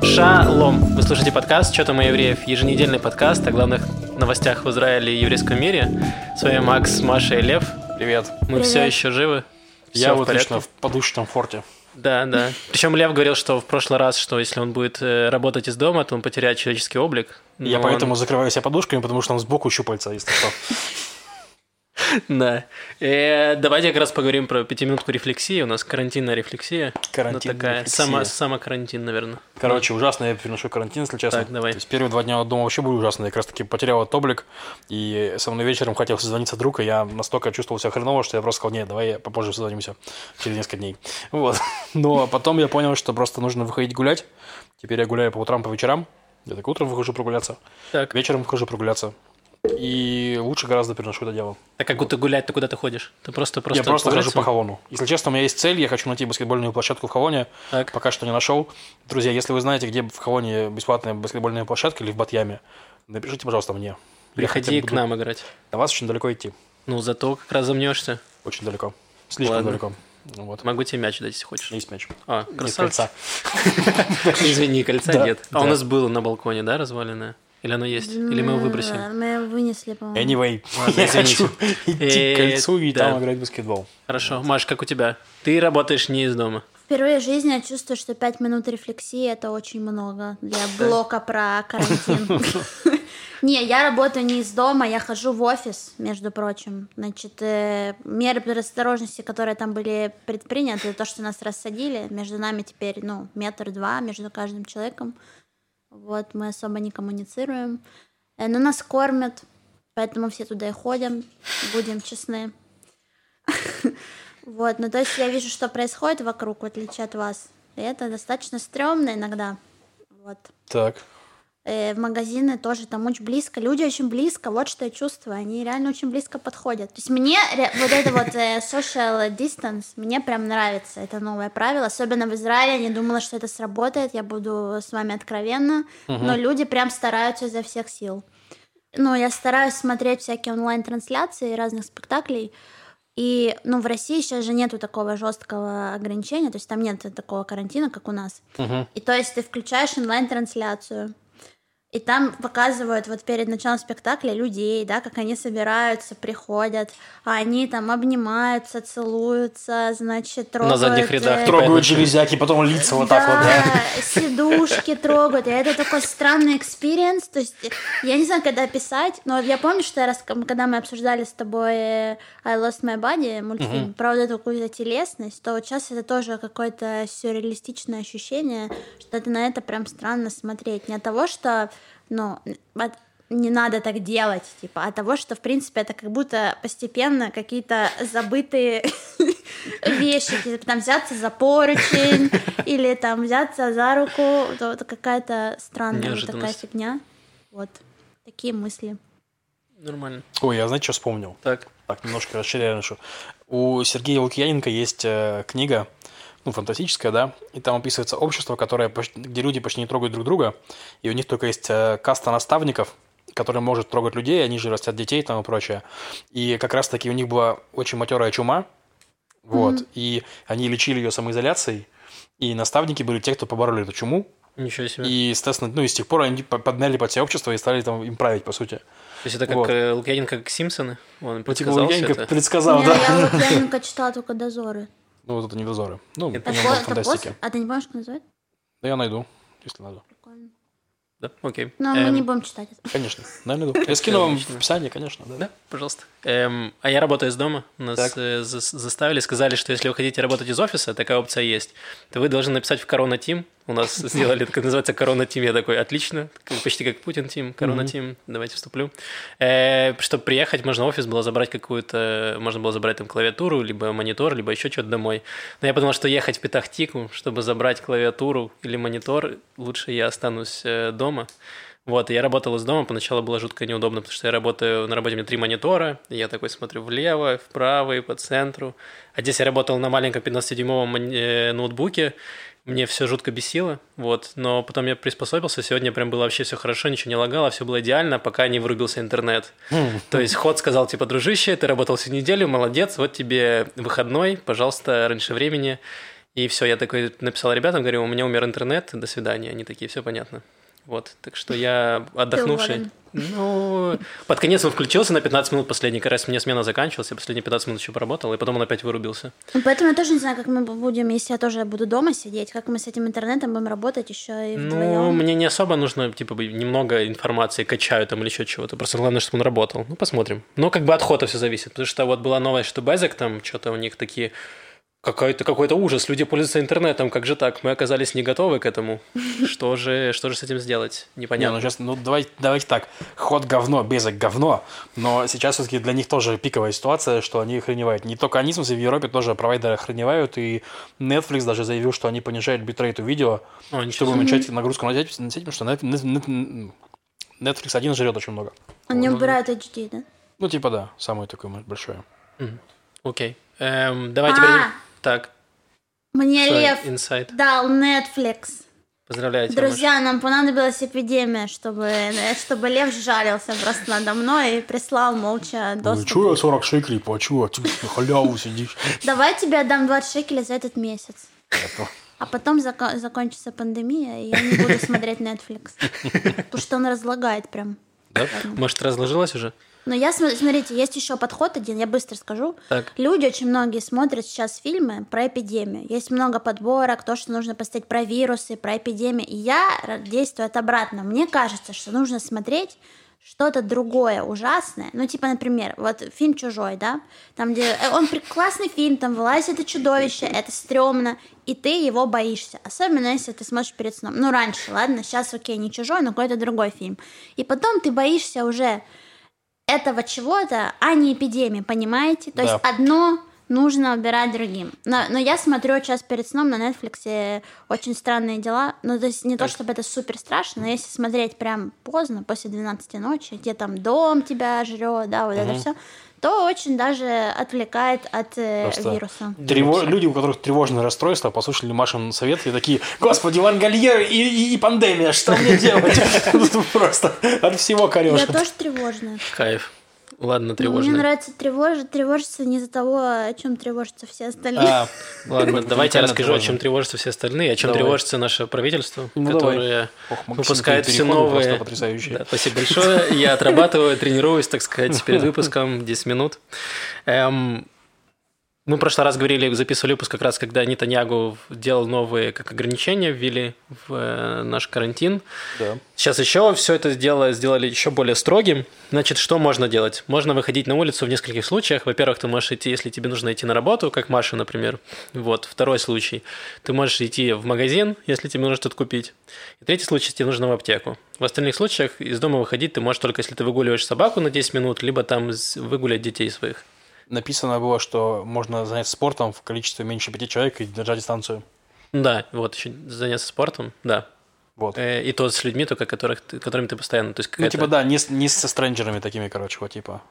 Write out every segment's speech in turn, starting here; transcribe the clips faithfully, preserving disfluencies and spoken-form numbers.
Шалом! Вы слушаете подкаст «Чё там у евреев?» Еженедельный подкаст о главных новостях в Израиле и еврейском мире. С вами Макс, Маша и Лев. Привет. Мы Привет. все еще живы. Всё Я в вот порядке. лично в подушечном форте. Да, да. Причем Лев говорил, что в прошлый раз, что если он будет э, работать из дома, то он потеряет человеческий облик. Я Но поэтому он- закрываю себя подушками, потому что там сбоку щупальца, если что. Да. Э, давайте как раз поговорим про пятиминутку рефлексии. У нас карантинная рефлексия. Карантинная Ну, такая рефлексия. Сама, самокарантин, наверное. Короче, ужасно я переношу карантин, если честно. Так, давай. То есть первые два дня дома вообще были ужасные. Я как раз таки потерял этот облик. И со мной вечером хотел созвониться друг, и я настолько чувствовал себя хреново, что я просто сказал, нет, давай попозже созвонимся через несколько дней. Вот. Но потом я понял, что просто нужно выходить гулять. Теперь я гуляю по утрам, по вечерам. Я так утром выхожу прогуляться, Так, вечером выхожу прогуляться. И лучше гораздо переношу это дело. а как будто гулять, ты куда ты ходишь? Ты просто просто я просто по хожу улице? по Хавону. Если честно, у меня есть цель, я хочу найти баскетбольную площадку в Хавоне. Так. Пока что не нашел. Друзья, если вы знаете, где в Хавоне бесплатная баскетбольная площадка или в Батьяме, напишите, пожалуйста, мне. Я Приходи хотя бы к буду- нам играть. До вас очень далеко идти. Ну, зато как раз замнешься. Очень далеко. Слишком Ладно. далеко. Ну Вот. Могу тебе мяч дать, если хочешь. Есть мяч. А, Нет красавчик. кольца. Извини, кольца Да, нет. А у да. нас было на балконе, да, разваленное? Или оно есть? Или мы его выбросили? Мы его вынесли, по-моему. Anyway, Ладно, я извините. хочу идти Э, к кольцу и да. там играть в баскетбол. Хорошо. Маш, как у тебя? Ты работаешь не из дома. Впервые в жизни я чувствую, что пять минут рефлексии — это очень много для блока про карантин. Не, я работаю не из дома, я хожу в офис, между прочим. Значит, э, меры предосторожности, которые там были предприняты, то, что нас рассадили, между нами теперь, ну, метр два между каждым человеком. Вот, мы особо не коммуницируем. Э, Но нас кормят, поэтому все туда и ходим, будем честны. Вот, ну то есть я вижу, что происходит вокруг, в отличие от вас. И это достаточно стрёмно иногда. Вот. Так. Э, в магазины тоже там очень близко. Люди очень близко, вот что я чувствую. Они реально очень близко подходят. То есть мне ре- вот это вот э, social distance, мне прям нравится. Это новое правило. Особенно в Израиле. Я не думала, что это сработает. Я буду с вами откровенна. Но люди прям стараются изо всех сил. Ну, я стараюсь смотреть всякие онлайн-трансляции разных спектаклей. И, ну, в России сейчас же нету такого жесткого ограничения, то есть там нет такого карантина, как у нас. Мгм. И то есть ты включаешь онлайн-трансляцию, и там показывают вот перед началом спектакля людей, да, как они собираются, приходят, а они там обнимаются, целуются, значит, трогают... задних рядах э, Трогают железяки, потом лица вот так вот, да. сидушки трогают, и это такой странный экспириенс, то есть я не знаю, когда описать, но я помню, что я рас- когда мы обсуждали с тобой э, I Lost My Body, мультфильм, про вот эту какую-то телесность, то вот сейчас это тоже какое-то сюрреалистичное ощущение, что это на это прям странно смотреть, не от того, что, ну, от- не надо так делать, типа, а того, что, в принципе, это как будто постепенно какие-то забытые вещи, типа, там взяться за поручень или там взяться за руку, то это какая-то странная вот такая Неожиданность. фигня. Вот, такие мысли. Нормально. Ой, я знаете, что вспомнил? Так. Так, немножко расширяю нашу. У Сергея Лукьяненко есть э, книга, ну, фантастическая, да, и там описывается общество, которое, почти- где люди почти не трогают друг друга, и у них только есть э, каста наставников, которая может трогать людей, они же растят детей там и прочее. И как раз-таки у них была очень матерая чума, вот, и они лечили ее самоизоляцией, и наставники были те, кто побороли эту чуму, Ничего себе. и, естественно, ну, и с тех пор они по- подмяли под все общество и стали там им править, по сути. То есть это как Вот. э, Лукьяненко, как Симпсоны? Он Ну, типа предсказал всё Лукьяненко это? предсказал, Не, да. я Лукьяненко читала только «Дозоры». Ну, вот это не дозоры. Ну, Это Это немного по- это фантастики. после- А ты не помнишь, как называется? Да я найду, если надо. Прикольно. Да, окей. Но мы Эм, не будем читать это. Конечно, да, найду. Я скину вам Отлично. в описании, конечно, да. Да, пожалуйста. Эм, а я работаю из дома. Нас Так. э, за- заставили, сказали, что если вы хотите работать из офиса, такая опция есть, то вы должны написать в Корона Тим. У нас сделали, как называется, Корона Тим. Я такой, отлично, как- почти как Путин Тим, Корона Тим. Давайте вступлю. Э, чтобы приехать, можно в офис было забрать какую-то, можно было забрать там клавиатуру, либо монитор, либо еще что-то домой. Но я подумал, что ехать в Петахтику, чтобы забрать клавиатуру или монитор, лучше я останусь э, дома. Вот, и я работал из дома, поначалу было жутко неудобно, потому что я работаю, на работе у меня три монитора, и я такой смотрю влево, вправо и по центру. А здесь я работал на маленьком пятнадцатидюймовом мон- э, ноутбуке, мне все жутко бесило, вот, но потом я приспособился, сегодня прям было вообще все хорошо, ничего не лагало, все было идеально, пока не вырубился интернет. То есть ход сказал, типа, дружище, ты работал всю неделю, молодец, вот тебе выходной, пожалуйста, раньше времени. И все, я такой написал ребятам, говорю, у меня умер интернет, до свидания. Они такие, все понятно. Вот, так что я отдохнувший. Ну, под конец он включился на пятнадцать минут последний, как раз мне смена заканчивалась, я последние пятнадцать минут еще поработал, и потом он опять вырубился. Поэтому я тоже не знаю, как мы будем, если я тоже буду дома сидеть, как мы с этим интернетом будем работать еще и вдвоем. Ну, мне не особо нужно, типа, немного информации качаю там или еще чего-то, просто главное, чтобы он работал. Ну, посмотрим. Но как бы от хода все зависит, потому что вот была новость, что Безек там, что-то у них такие... Какой-то, какой-то ужас, люди пользуются интернетом, как же так? Мы оказались не готовы к этому. Что же, что же с этим сделать? Непонятно. Не, ну, сейчас, ну давайте, давайте так, ход говно, Безек говно, но сейчас все-таки для них тоже пиковая ситуация, что они охреневают. Не только они, в смысле, в Европе тоже провайдеры охреневают, и Netflix даже заявил, что они понижают битрейт у видео, О, чтобы уменьшать нагрузку на сеть, потому что Netflix один жрет очень много. Он не убирает эйч ди, да? Ну, типа да, самое такое большое. Окей. Эм, давай теперь... Так. Мне Sorry, Лев Inside. дал Netflix. Поздравляю тебя. Друзья, Маш. Нам понадобилась эпидемия, чтобы, чтобы Лев жалился просто надо мной и прислал молча доступ. Ну, чё я сорок шекелей плачу, а ты на халяву сидишь? Давай тебе отдам двадцать шекелей за этот месяц. А потом зак- закончится пандемия, и я не буду смотреть Netflix. Потому что он разлагает прям. Да? Может, разложилась уже? Но я, смотрите, есть еще подход один, я быстро скажу. Так. Люди очень многие смотрят сейчас фильмы про эпидемию. Есть много подборок, то, что нужно посмотреть про вирусы, про эпидемию. И я действую от обратно. Мне кажется, что нужно смотреть что-то другое, ужасное. Ну, типа, например, вот фильм «Чужой», да? Там, где он классный фильм, там вылазит это чудовище, это стрёмно, и ты его боишься. Особенно, если ты смотришь перед сном. Ну, раньше, ладно, сейчас, окей, не «Чужой», но какой-то другой фильм. И потом ты боишься уже этого чего-то, а не эпидемии, понимаете? То да. есть одно нужно убирать другим. Но, но я смотрю сейчас перед сном на Netflix «Очень странные дела». Ну, то есть не то, чтобы это супер страшно, но если смотреть прям поздно, после двенадцати ночи, где там дом тебя жрет, да, вот угу. это все, то очень даже отвлекает от э, вируса. Трево... Люди, у которых тревожное расстройство, послушали Машин совет и такие: «Господи, Лангольер и, и, и пандемия, что мне делать?» Просто от всего корёшка. Я тоже тревожная. Кайф. Ладно, тревожная. Мне нравится тревожить, тревожиться не из-за того, о чем тревожатся все остальные. А, ладно, давайте я расскажу, о чем тревожатся все остальные, о чем тревожится наше правительство, ну, которое Ох, выпускает все новые... Да, спасибо большое. Я отрабатываю, тренируюсь, так сказать, перед выпуском десять минут. Эм... Мы в прошлый раз говорили, записывали выпуск как раз, когда Нетаньягу делал новые как ограничения, ввели в э, наш карантин. Да. Сейчас еще все это дело сделали еще более строгим. Значит, что можно делать? Можно выходить на улицу в нескольких случаях. Во-первых, ты можешь идти, если тебе нужно идти на работу, как Маша, например. Вот, второй случай. Ты можешь идти в магазин, если тебе нужно что-то купить. И третий случай, если тебе нужно в аптеку. В остальных случаях из дома выходить ты можешь только, если ты выгуливаешь собаку на десять минут, либо там выгулять детей своих. Написано было, что можно заняться спортом в количестве меньше пяти человек и держать дистанцию. Да, вот еще заняться спортом, да. Вот. Э, и то с людьми, только которых, которыми ты постоянно. То есть ну, типа, да, не, не со стрэнджерами такими, короче, вот типа.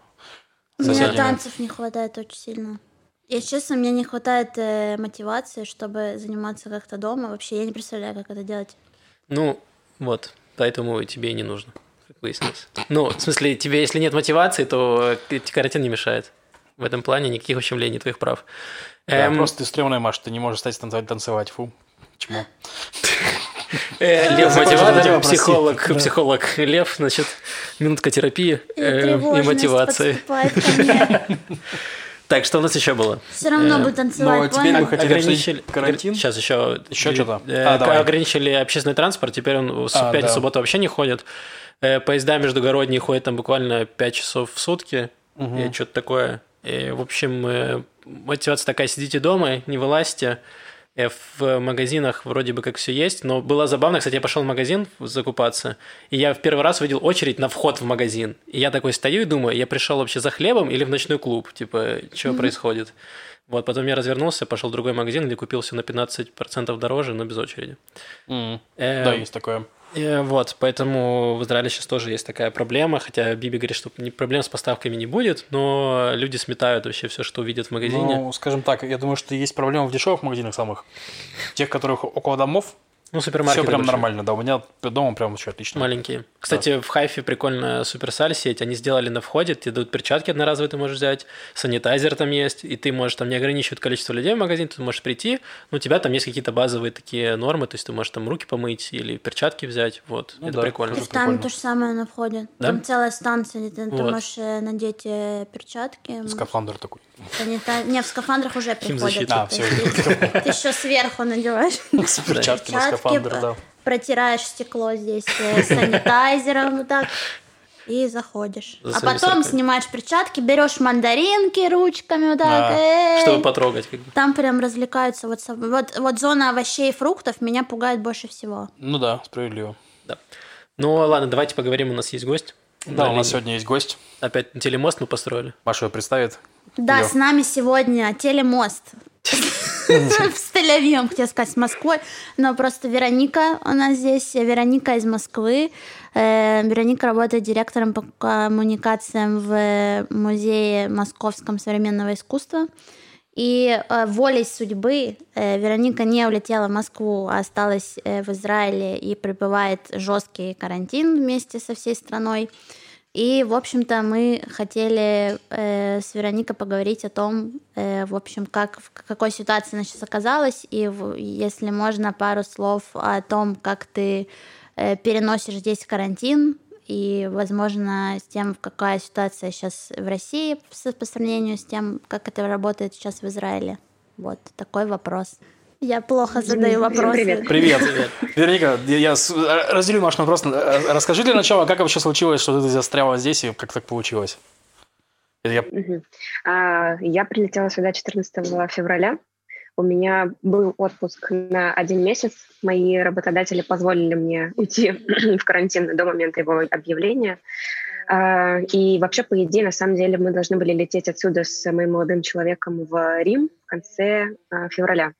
Мне танцев не хватает очень сильно. Если честно, мне не хватает э, мотивации, чтобы заниматься как-то дома. Вообще, я не представляю, как это делать. Ну, вот, поэтому тебе и не нужно, как выяснилось. Ну, в смысле, тебе, если нет мотивации, то карантин не мешает. В этом плане никаких ущемлений твоих прав. Да, эм... просто ты стрёмная, Маша, ты не можешь стать танцевать, танцевать. Фу, чему? Лев мотиватор, психолог, психолог Лев, значит, минутка терапии и мотивации. Так, что у нас еще было? Все равно буду танцевать. Но теперь мы хотели ограничили карантин. Сейчас еще. Еще что-то. Ограничили общественный транспорт, теперь он в пятницу, субботу вообще не ходит. Поезда междугородние ходят там буквально пять часов в сутки. И что-то такое. И, в общем, мотивация такая: сидите дома, не вылазьте. В магазинах вроде бы как все есть, но было забавно, кстати, я пошел в магазин закупаться, и я в первый раз увидел очередь на вход в магазин. И я такой стою и думаю, я пришел вообще за хлебом или в ночной клуб, типа, что mm-hmm. происходит? Вот, потом я развернулся, пошел в другой магазин, где купил все на пятнадцать процентов дороже, но без очереди. Mm-hmm. Э, да, есть такое. Вот, поэтому в Израиле сейчас тоже есть такая проблема, хотя Биби говорит, что проблем с поставками не будет, но люди сметают вообще все, что увидят в магазине. Ну, скажем так, я думаю, что есть проблема в дешевых магазинах самых, тех, которых около домов, Ну, супермаркеты Все прям большие. нормально, да. У меня дома прям все отлично. Маленькие. Кстати, да. В Хайфе прикольная суперсаль сеть. Они сделали на входе, тебе дают перчатки одноразовые, ты можешь взять, санитайзер там есть, и ты можешь, там не ограничивают количество людей в магазине, ты можешь прийти, но у тебя там есть какие-то базовые такие нормы, то есть ты можешь там руки помыть или перчатки взять, вот. Ну, это да, прикольно. То есть там прикольно. То же самое на входе. Да? Там целая станция, где ты, вот. Ты можешь надеть перчатки. Скафандр такой. Санита... Не, в скафандрах уже приходят. А, все. Ты еще сверху надеваешь. Перчатки на скафандр, да. Протираешь стекло здесь санитайзером вот так и заходишь. А потом снимаешь перчатки, берешь мандаринки ручками вот так. Чтобы потрогать. Там прям развлекаются. Вот, вот, вот зона овощей и фруктов меня пугает больше всего. Ну да, справедливо. Да. Ну ладно, давайте поговорим, у нас есть гость. Да, у нас сегодня есть гость. Опять телемост мы построили. Маша ее представит. Да, с нами сегодня телемост. С Тель-Авивом, хотела сказать, с Москвой. Но просто Вероника у нас здесь. Вероника из Москвы. Вероника работает директором по коммуникациям в Музее Московском современного искусства. И волей судьбы Вероника не улетела в Москву, а осталась в Израиле и пребывает жесткий карантин вместе со всей страной. И, в общем-то, мы хотели э, с Вероникой поговорить о том, э, в общем, как, в какой ситуации она сейчас оказалась, и, в, если можно, пару слов о том, как ты э, переносишь здесь карантин, и, возможно, с тем, какая ситуация сейчас в России по сравнению с тем, как это работает сейчас в Израиле. Вот такой вопрос. Я плохо задаю вопросы. Привет. Привет. Привет. Вероника, я, я разделю Машу вопрос. Расскажи для начала, как вообще случилось, что ты застряла здесь, и как так получилось? Я... Угу. А, я прилетела сюда четырнадцатого февраля. У меня был отпуск на один месяц. Мои работодатели позволили мне уйти в карантин до момента его объявления. А, и вообще, по идее, на самом деле, мы должны были лететь отсюда с моим молодым человеком в Рим в конце а, февраля.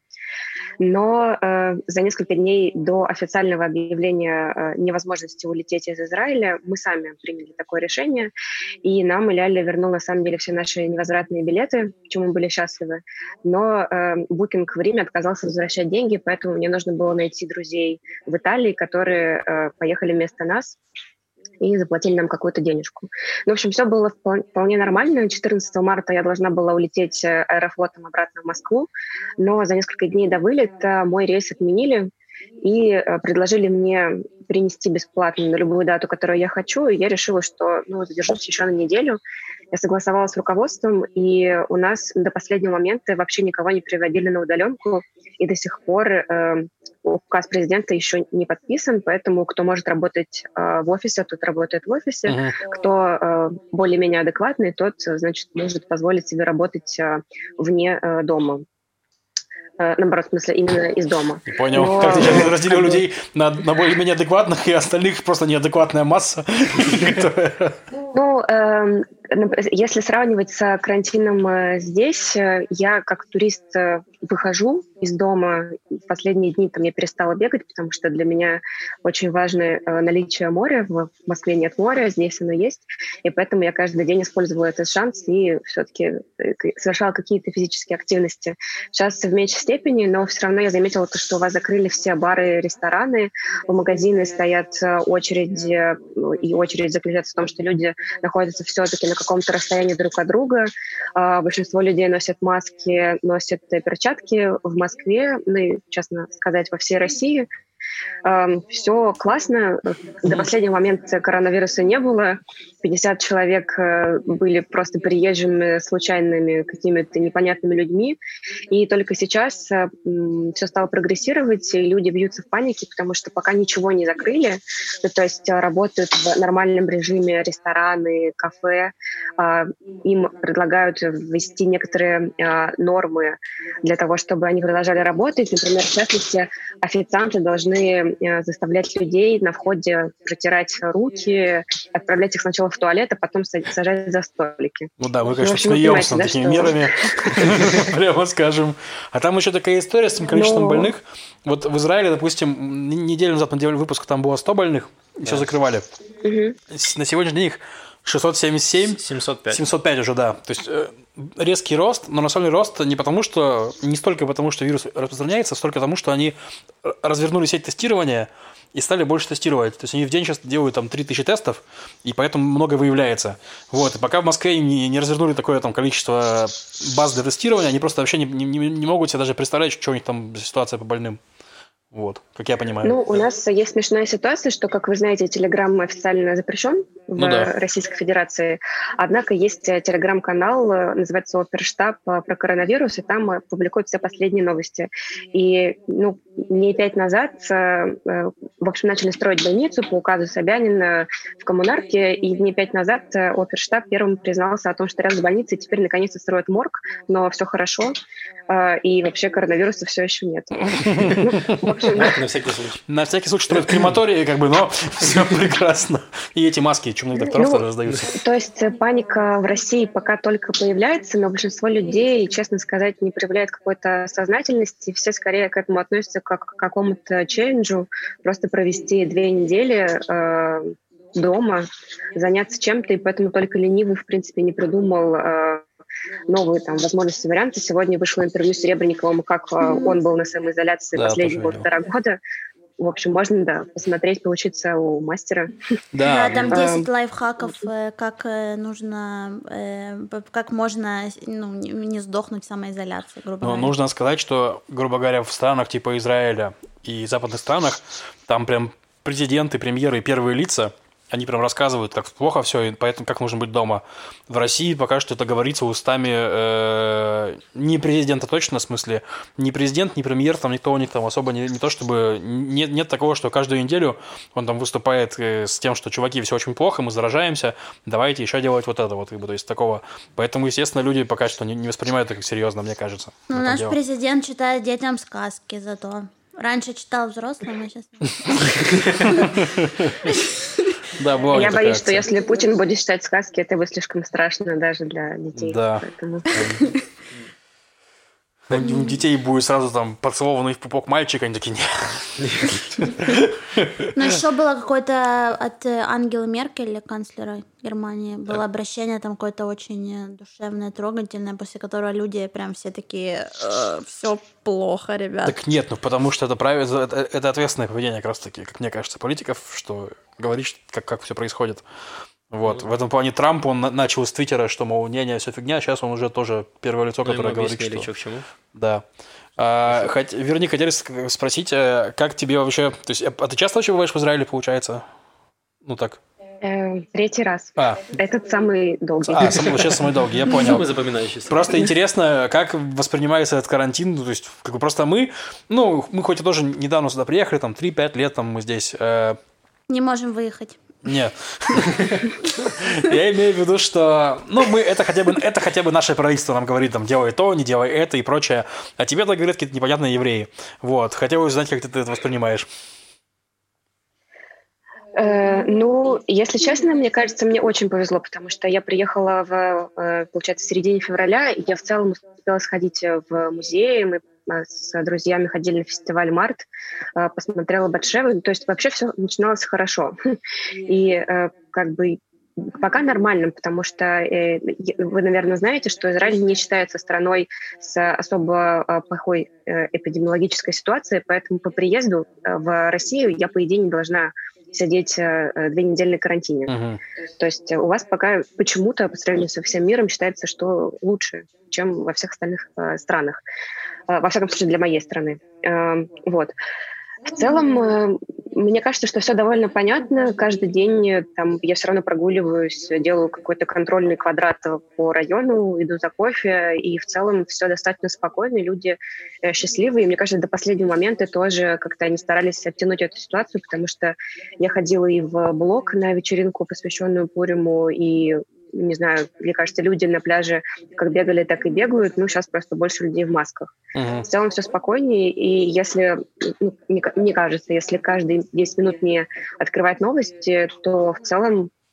Но э, за несколько дней до официального объявления э, невозможности улететь из Израиля мы сами приняли такое решение, и нам Ляля вернул на самом деле все наши невозвратные билеты, чему мы были счастливы. Но э, букинг в Риме отказался возвращать деньги, поэтому мне нужно было найти друзей в Италии, которые э, поехали вместо нас и заплатили нам какую-то денежку. Ну, в общем, все было вполне нормально. четырнадцатого марта я должна была улететь аэрофлотом обратно в Москву, но за несколько дней до вылета мой рейс отменили и предложили мне перенести бесплатно на любую дату, которую я хочу, и я решила, что ну, задержусь еще на неделю. Я согласовала с руководством, и у нас до последнего момента вообще никого не переводили на удаленку, и до сих пор э, указ президента еще не подписан, поэтому кто может работать э, в офисе, тот работает в офисе, uh-huh. кто э, более-менее адекватный, тот, значит, может позволить себе работать э, вне э, дома. Наоборот, в смысле, именно из дома. Понял. Но... Как ты сейчас разделил людей на, на более-менее адекватных, и остальных просто неадекватная масса. Ну, если сравнивать с карантином здесь, я как турист выхожу из дома. В последние дни там я перестала бегать, потому что для меня очень важно наличие моря. В Москве нет моря, здесь оно есть. И поэтому я каждый день использовала этот шанс и все-таки совершала какие-то физические активности. Сейчас в меньшей степени, но все равно я заметила то, что у вас закрыли все бары, рестораны, в магазины стоят очереди, и очередь заключается в том, что люди находятся все-таки на каком-то расстоянии друг от друга. Большинство людей носят маски, носят перчатки в Москве, ну и, честно сказать, во всей России. Все классно. До последнего момента коронавируса не было. пятьдесят человек были просто приезжими, случайными, какими-то непонятными людьми. И только сейчас все стало прогрессировать, и люди бьются в панике, потому что пока ничего не закрыли, ну, то есть работают в нормальном режиме рестораны, кафе, им предлагают ввести некоторые нормы для того, чтобы они продолжали работать. Например, в частности, официанты должны заставлять людей на входе протирать руки, отправлять их сначала в туалет, а потом сажать за столики. Ну да, мы, конечно, ну, смеемся над такими мерами, прямо скажем. А там еще такая история с этим количеством больных. Вот в Израиле, допустим, неделю назад мы делали выпуск, там было сто больных, и все закрывали. На сегодняшний день их шестьсот семьдесят семь. семьсот пять. семьсот пять уже, да. То есть резкий рост, но на самом деле рост не потому, что не столько потому, что вирус распространяется, столько потому, что они развернули сеть тестирования и стали больше тестировать. То есть они в день сейчас делают там три тысячи тестов, и поэтому много выявляется. Вот. И пока в Москве не, не развернули такое там количество баз для тестирования, они просто вообще не, не, не могут себе даже представлять, что у них там за ситуация по больным. Вот, как я понимаю. Ну, у нас есть смешная ситуация, что, как вы знаете, Телеграм официально запрещен в ну, да. Российской Федерации. Однако есть Телеграм-канал, называется «Оперштаб» про коронавирус, и там публикуют все последние новости. И, ну, дней пять назад, в общем, начали строить больницу по указу Собянина в Коммунарке, и дней пять назад Оперштаб первым признался о том, что рядом с больницей теперь наконец-то строят морг, но все хорошо, и вообще коронавируса все еще нет. На всякий случай. На всякий случай строят крематории, как бы, но все прекрасно. И эти маски чумных докторов ну, тоже раздаются. То есть паника в России пока только появляется, но большинство людей, честно сказать, не проявляет какой-то сознательности. Все скорее к этому относятся как к какому-то челленджу. Просто провести две недели э, дома, заняться чем-то, и поэтому только ленивый, в принципе, не придумал э, новые там возможности, варианты. Сегодня вышло интервью с Серебренниковым, как он был на самоизоляции да, последние полтора года. В общем, можно, да, посмотреть, поучиться у мастера. Да, да там десять лайфхаков, как нужно, как можно ну, не сдохнуть в самоизоляции, грубо говоря. Ну, нужно сказать, что, грубо говоря, в странах типа Израиля и западных странах там прям президенты, премьеры и первые лица, они прям рассказывают, как плохо все, и поэтому как нужно быть дома. В России пока что это говорится устами э, не президента точно, в смысле, ни президент, ни премьер, там никто у них там особо не, не то чтобы... Нет, нет такого, что каждую неделю он там выступает с тем, что, чуваки, все очень плохо, мы заражаемся, давайте еще делать вот это вот, как бы, то есть такого. Поэтому, естественно, люди пока что не, не воспринимают это как серьезно, мне кажется. Ну, наш дело. Президент читает детям сказки зато. Раньше читал взрослым, а сейчас... Да, я боюсь, что если Путин будет читать сказки, это будет слишком страшно даже для детей. Да. Поэтому... У детей будет сразу там поцелованный в пупок мальчик, они такие, нет. Ну, еще было какое-то от Ангелы Меркель, канцлера Германии, было обращение там какое-то очень душевное, трогательное, после которого люди прям все такие, все плохо, ребят. Так нет, ну потому что это правильно, это, это ответственное поведение как раз-таки, как мне кажется, политиков, что говорить, как, как все происходит. Вот. Mm-hmm. В этом плане Трамп, он на- начал с Твиттера, что, мол, не-не, все фигня, сейчас он уже тоже первое лицо, ну, которое говорит, что... что к чему. Да. А, хоть, вернее, хотели спросить, как тебе вообще... То есть, а ты часто вообще бываешь в Израиле, получается? Ну, так. Э, третий раз. А. Этот самый долгий. А, сам, сейчас самый долгий, я понял. Самый запоминающийся. Просто интересно, как воспринимается этот карантин, ну, то есть, как бы просто мы, ну, мы хоть и тоже недавно сюда приехали, там, три-пять лет там мы здесь... Э... Не можем выехать. Нет. Я имею в виду, что ну, мы, это, хотя бы, это хотя бы наше правительство нам говорит, там, делай то, не делай это и прочее. А тебе так говорят какие-то непонятные евреи. Вот. Хотел бы узнать, как ты это воспринимаешь. Э, ну, если честно, мне кажется, мне очень повезло, потому что я приехала, в, получается, в середине февраля, и я в целом успела сходить в музей, мы с друзьями ходили на фестиваль «Март», посмотрела Батшеву, то есть вообще все начиналось хорошо. И как бы пока нормально, потому что вы, наверное, знаете, что Израиль не считается страной с особо плохой эпидемиологической ситуацией, поэтому по приезду в Россию я, по идее, не должна сидеть две недели на карантине. Uh-huh. То есть у вас пока почему-то по сравнению со всем миром считается, что лучше, чем во всех остальных э, странах. Э, во всяком случае, для моей страны. Э, вот. В целом, э, мне кажется, что все довольно понятно. Каждый день там, я все равно прогуливаюсь, делаю какой-то контрольный квадрат по району, иду за кофе, и в целом все достаточно спокойно, люди э, счастливые. И мне кажется, до последнего момента тоже как-то они старались оттянуть эту ситуацию, потому что я ходила и в блог на вечеринку, посвященную Пуриму, и не знаю, мне кажется, люди на пляже как бегали, так и бегают, ну, сейчас просто больше людей в масках. Uh-huh. В целом все спокойнее, и если, ну, мне, мне кажется, если каждые десять минут не открывать новости, то в целом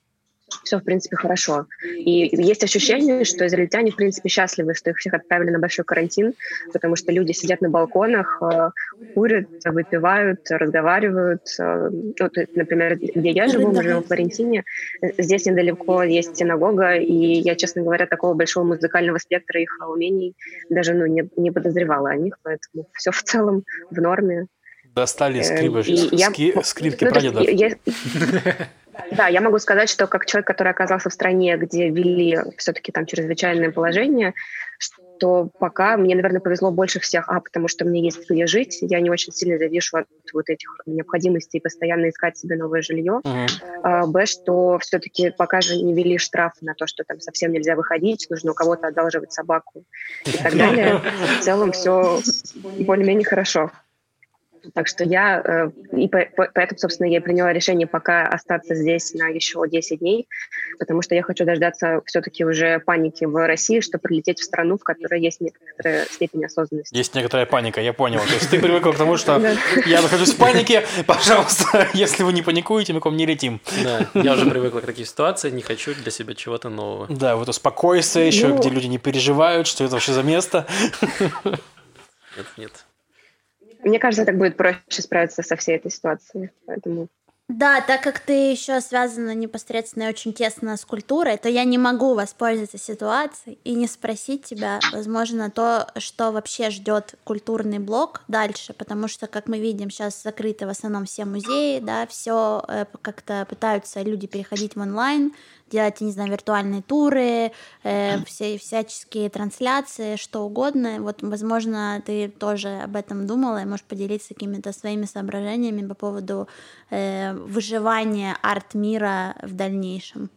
все, в принципе, хорошо. И есть ощущение, что израильтяне, в принципе, счастливы, что их всех отправили на большой карантин, потому что люди сидят на балконах, курят, выпивают, разговаривают. Ну, например, где я живу, мы живем в Флорентине, здесь недалеко есть синагога, и я, честно говоря, такого большого музыкального спектра их умений даже ну, не, не подозревала о них, поэтому все в целом в норме. Достали скрипы, ски, я, скрипки ну, прадедов. Я, да, я могу сказать, что как человек, который оказался в стране, где ввели все-таки там чрезвычайное положение, что пока мне, наверное, повезло больше всех, а, потому что мне есть где жить, я не очень сильно завишу от вот этих необходимостей постоянно искать себе новое жилье, uh-huh. а, б, что все-таки пока же не ввели штраф на то, что там совсем нельзя выходить, нужно у кого-то одалживать собаку и так далее. В целом все более-менее хорошо. Так что я, и поэтому, собственно, я приняла решение пока остаться здесь на еще десять дней, потому что я хочу дождаться все-таки уже паники в России, чтобы прилететь в страну, в которой есть некоторая степень осознанности. Есть некоторая паника, я понял. То есть ты привыкла к тому, что я нахожусь в панике, пожалуйста, если вы не паникуете, мы к вам не летим. Да, я уже привыкла к таким ситуациям, не хочу для себя чего-то нового. Да, вот успокойся еще, где люди не переживают, что это вообще за место. Нет, нет. Мне кажется, так будет проще справиться со всей этой ситуацией, поэтому... Да, так как ты еще связана непосредственно и очень тесно с культурой, то я не могу воспользоваться ситуацией и не спросить тебя, возможно, то, что вообще ждет культурный блок дальше, потому что, как мы видим, сейчас закрыты в основном все музеи, да, все как-то пытаются люди переходить в онлайн, делать, не знаю, виртуальные туры, э, все, всяческие трансляции, что угодно. Вот, возможно, ты тоже об этом думала и можешь поделиться какими-то своими соображениями по поводу э, выживания арт-мира в дальнейшем.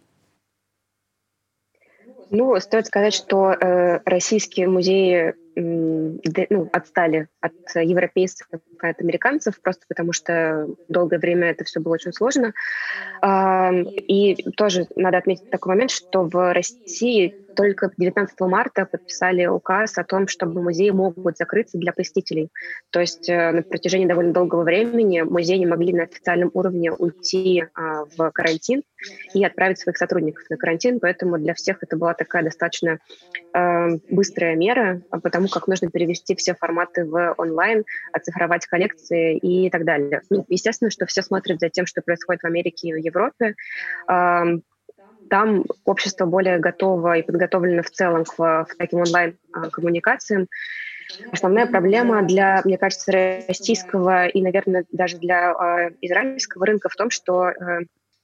Ну, стоит сказать, что э, российские музеи э, ну, отстали от европейцев, от американцев, просто потому что долгое время это все было очень сложно. Э, и тоже надо отметить такой момент, что в России только девятнадцатого марта подписали указ о том, чтобы музеи могут закрыться для посетителей. То есть э, на протяжении довольно долгого времени музеи не могли на официальном уровне уйти э, в карантин и отправить своих сотрудников на карантин, поэтому для всех это была такая достаточно э, быстрая мера, потому как нужно перевести все форматы в онлайн, оцифровать коллекции и так далее. Ну, естественно, что все смотрят за тем, что происходит в Америке и в Европе. Э, Там общество более готово и подготовлено в целом к, к таким онлайн-коммуникациям. Основная проблема для, мне кажется, российского и, наверное, даже для э, израильского рынка в том, что э,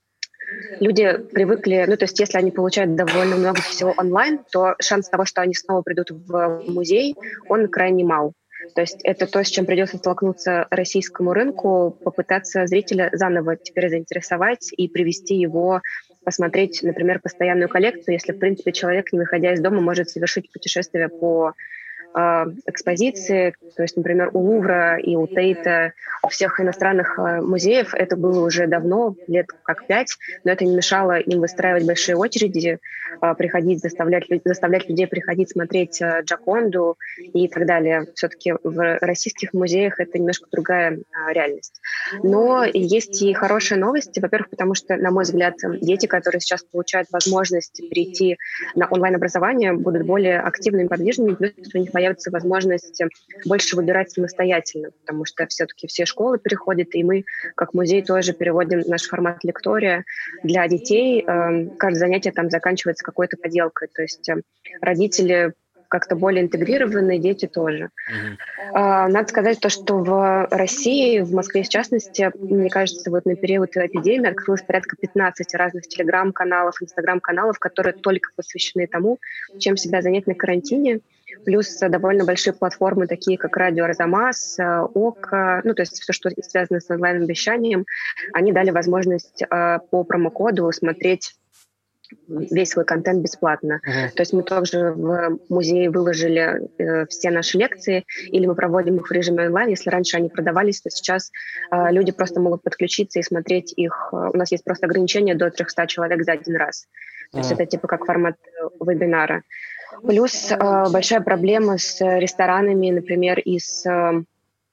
люди привыкли, ну, то есть если они получают довольно много всего онлайн, то шанс того, что они снова придут в музей, он крайне мал. То есть это то, с чем придется столкнуться российскому рынку, попытаться зрителя заново теперь заинтересовать и привести его посмотреть, например, постоянную коллекцию, если, в принципе, человек, не выходя из дома, может совершить путешествие по э, экспозиции. То есть, например, у Лувра и у Тейта, у всех иностранных э, музеев это было уже давно, лет как пять, но это не мешало им выстраивать большие очереди, э, приходить, заставлять, заставлять людей приходить смотреть э, Джоконду и так далее. Все-таки в российских музеях это немножко другая э, реальность. Но есть и хорошие новости. Во-первых, потому что, на мой взгляд, дети, которые сейчас получают возможность перейти на онлайн-образование, будут более активными, подвижными, плюс у них появится возможность больше выбирать самостоятельно, потому что все-таки все школы переходят, и мы, как музей, тоже переводим наш формат лектория для детей. Каждое занятие там заканчивается какой-то поделкой, то есть родители как-то более интегрированные, дети тоже. Mm-hmm. А, надо сказать то, что в России, в Москве в частности, мне кажется, вот на период эпидемии открылось порядка пятнадцать разных телеграм-каналов, инстаграм-каналов, которые только посвящены тому, чем себя занять на карантине. Плюс довольно большие платформы, такие как Радио Арзамас, ОК, ну, то есть все, что связано с онлайн-вещанием, они дали возможность а, по промокоду смотреть весь свой контент бесплатно. Uh-huh. То есть мы также в музее выложили э, все наши лекции, или мы проводим их в режиме онлайн. Если раньше они продавались, то сейчас э, люди просто могут подключиться и смотреть их. У нас есть просто ограничение до триста человек за один раз. То uh-huh. есть это типа как формат вебинара. Плюс э, большая проблема с ресторанами, например, и с... Э,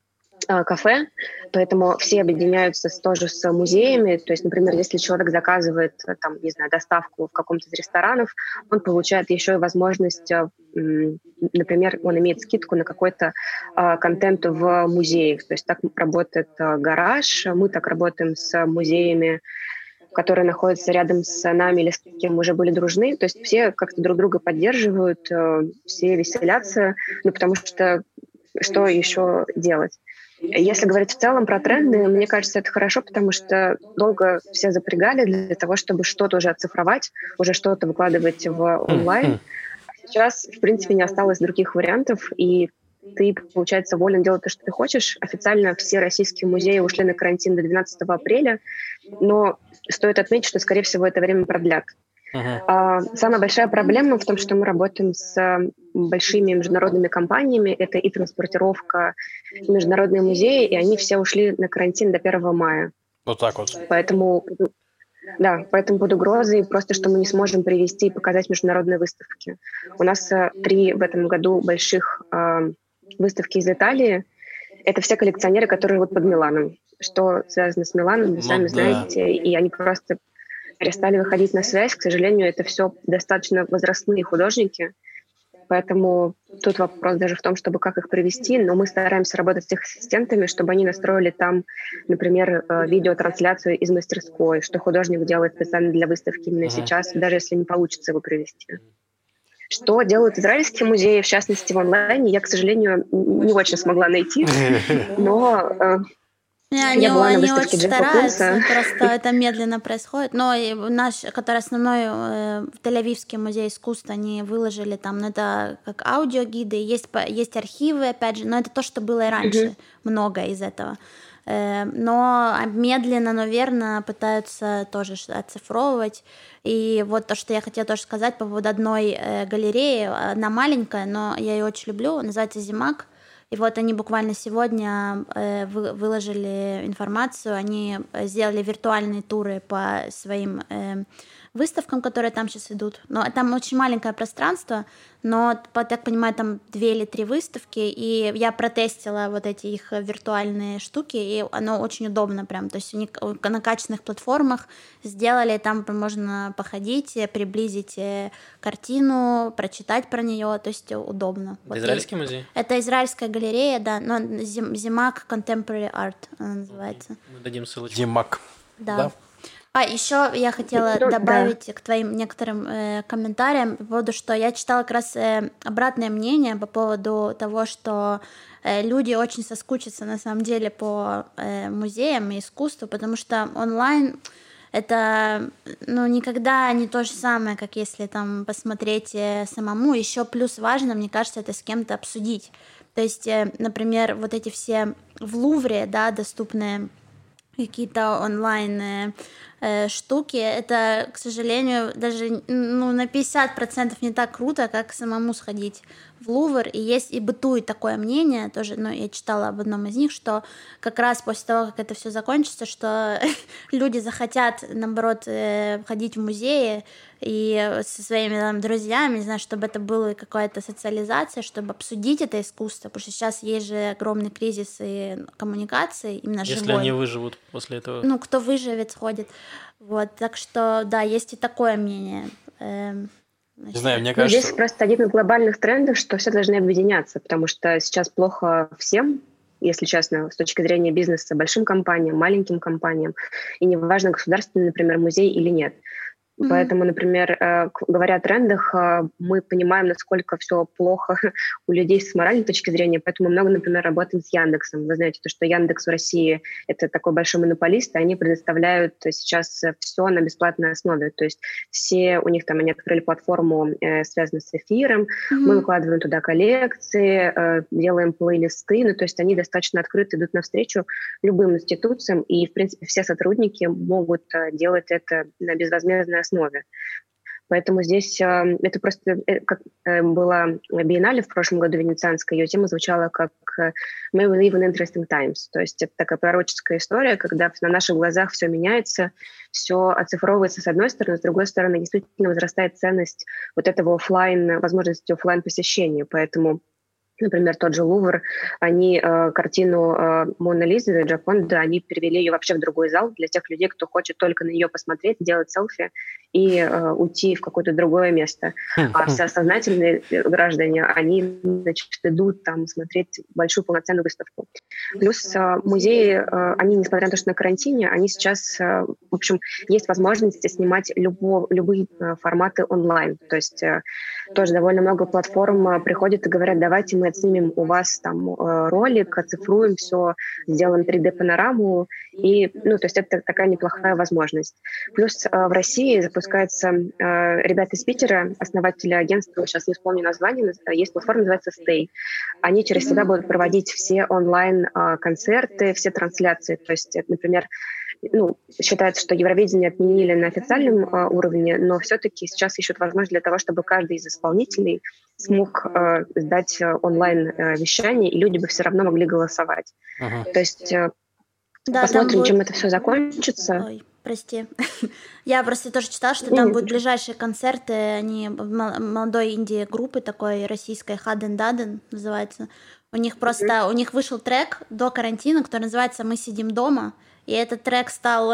кафе, поэтому все объединяются с, тоже с музеями. То есть, например, если человек заказывает, там, не знаю, доставку в каком-то из ресторанов, он получает еще и возможность, например, он имеет скидку на какой-то контент в музеях. То есть так работает гараж, мы так работаем с музеями, которые находятся рядом с нами или с кем мы уже были дружны. То есть все как-то друг друга поддерживают, все веселятся, ну, потому что что еще делать? Если говорить в целом про тренды, мне кажется, это хорошо, потому что долго все запрягали для того, чтобы что-то уже оцифровать, уже что-то выкладывать в онлайн. А сейчас, в принципе, не осталось других вариантов, и ты, получается, волен делать то, что ты хочешь. Официально все российские музеи ушли на карантин до двенадцатого апреля, но стоит отметить, что, скорее всего, это время продлят. Uh-huh. А, самая большая проблема в том, что мы работаем с большими международными компаниями, это и транспортировка, и международные музеи, и они все ушли на карантин до первого мая. Вот так вот. Поэтому, да, поэтому под угрозой просто, что мы не сможем привести и показать международные выставки. У нас а, три в этом году больших а, выставки из Италии. Это все коллекционеры, которые живут под Миланом. Что связано с Миланом, вы ну, сами да. знаете, и они просто перестали выходить на связь. К сожалению, это все достаточно возрастные художники, поэтому тут вопрос даже в том, чтобы как их привести, но мы стараемся работать с их ассистентами, чтобы они настроили там, например, видеотрансляцию из мастерской, что художник делает специально для выставки именно uh-huh. сейчас, даже если не получится его привести. Что делают израильские музеи, в частности в онлайне, я, к сожалению, не очень смогла найти, но... Не, они, они очень стараются, просто это медленно происходит. Но наш, который основной э, Тель-Авивский музей искусств, они выложили там, ну, это как аудиогиды, есть, есть архивы, опять же, но это то, что было и раньше, mm-hmm. много из этого. Э, но медленно, но верно пытаются тоже оцифровывать. И вот то, что я хотела тоже сказать по поводу одной э, галереи, она маленькая, но я ее очень люблю, называется «Зимак». И вот они буквально сегодня э, вы, выложили информацию, они сделали виртуальные туры по своим э, выставкам, которые там сейчас идут. Но там очень маленькое пространство, но, по, так понимаю, там две или три выставки, и я протестила вот эти их виртуальные штуки, и оно очень удобно прям. То есть они на качественных платформах сделали, там можно походить, приблизить картину, прочитать про нее, то есть удобно. Это вот израильский музей? Это израильская галерея, да, но Зимак Contemporary Art она называется. Мы дадим ссылочку. Зимак. Да. да. А еще я хотела ну, добавить да. к твоим некоторым э, комментариям по поводу, что я читала как раз э, обратное мнение по поводу того, что э, люди очень соскучатся на самом деле по э, музеям и искусству, потому что онлайн это ну, никогда не то же самое, как если там посмотреть э, самому. Еще плюс важно, мне кажется, это с кем-то обсудить. То есть, э, например, вот эти все в Лувре, да, доступные какие-то онлайн э, штуки, это, к сожалению, даже ну, на пятьдесят процентов не так круто, как самому сходить в Лувр. И есть и бытует такое мнение, тоже, ну, я читала об одном из них, что как раз после того, как это все закончится, что люди захотят, наоборот, э, ходить в музеи и со своими там, друзьями, не знаю, чтобы это была какая-то социализация, чтобы обсудить это искусство, потому что сейчас есть же огромный кризис и коммуникации, именно живой. Если они выживут после этого. Ну, кто выживет, сходит. Вот, так что, да, есть и такое мнение. Эм, не знаю, мне кажется... Здесь просто один из глобальных трендов, что все должны объединяться, потому что сейчас плохо всем, если честно, с точки зрения бизнеса, большим компаниям, маленьким компаниям, и неважно, государственный, например, музей или нет. Mm-hmm. Поэтому, например, говоря о трендах, мы понимаем, насколько все плохо у людей с моральной точки зрения, поэтому много, например, работаем с Яндексом. Вы знаете, то, что Яндекс в России — это такой большой монополист, и они предоставляют сейчас все на бесплатной основе. То есть все у них там, они открыли платформу, связанную с эфиром, mm-hmm. мы выкладываем туда коллекции, делаем плейлисты, ну, то есть они достаточно открыто идут навстречу любым институциям, и, в принципе, все сотрудники могут делать это на безвозмездной основе. Поэтому здесь э, это просто э, как э, была биеннале в прошлом году венецианская, ее тема звучала как «May we live in interesting times». То есть это такая пророческая история, когда на наших глазах все меняется, все оцифровывается с одной стороны, с другой стороны действительно возрастает ценность вот этого офлайн, возможности офлайн посещения. Поэтому Например, тот же Лувр, они э, картину э, Мона Лизы Джаконда, они перевели ее вообще в другой зал для тех людей, кто хочет только на нее посмотреть, сделать селфи и э, уйти в какое-то другое место. А все сознательные граждане, они, значит, идут там смотреть большую полноценную выставку. Плюс э, музеи, э, они, несмотря на то, что на карантине, они сейчас, э, в общем, есть возможность снимать любо, любые э, форматы онлайн. То есть э, тоже довольно много платформ э, приходят и говорят, давайте мы отснимем у вас там э, ролик, оцифруем все, сделаем три дэ-панораму. И, ну, то есть это такая неплохая возможность. Плюс э, в России запускаются э, ребята из Питера, основатели агентства, сейчас не вспомню название, есть платформа, называется Stay. Они через себя будут проводить все онлайн-концерты, все трансляции. То есть, например, ну, считается, что Евровидение отменили на официальном э, уровне, но все-таки сейчас ищут возможность для того, чтобы каждый из исполнителей смог э, сдать онлайн-вещание, и люди бы все равно могли голосовать. Uh-huh. То есть э, да, посмотрим, будет... чем это все закончится. Ой, прости. Я просто тоже читала, что там будут ближайшие концерты, они молодой инди-группы такой российской, Хаден Даден называется. У них просто, mm-hmm. у них вышел трек до карантина, который называется «Мы сидим дома», и этот трек стал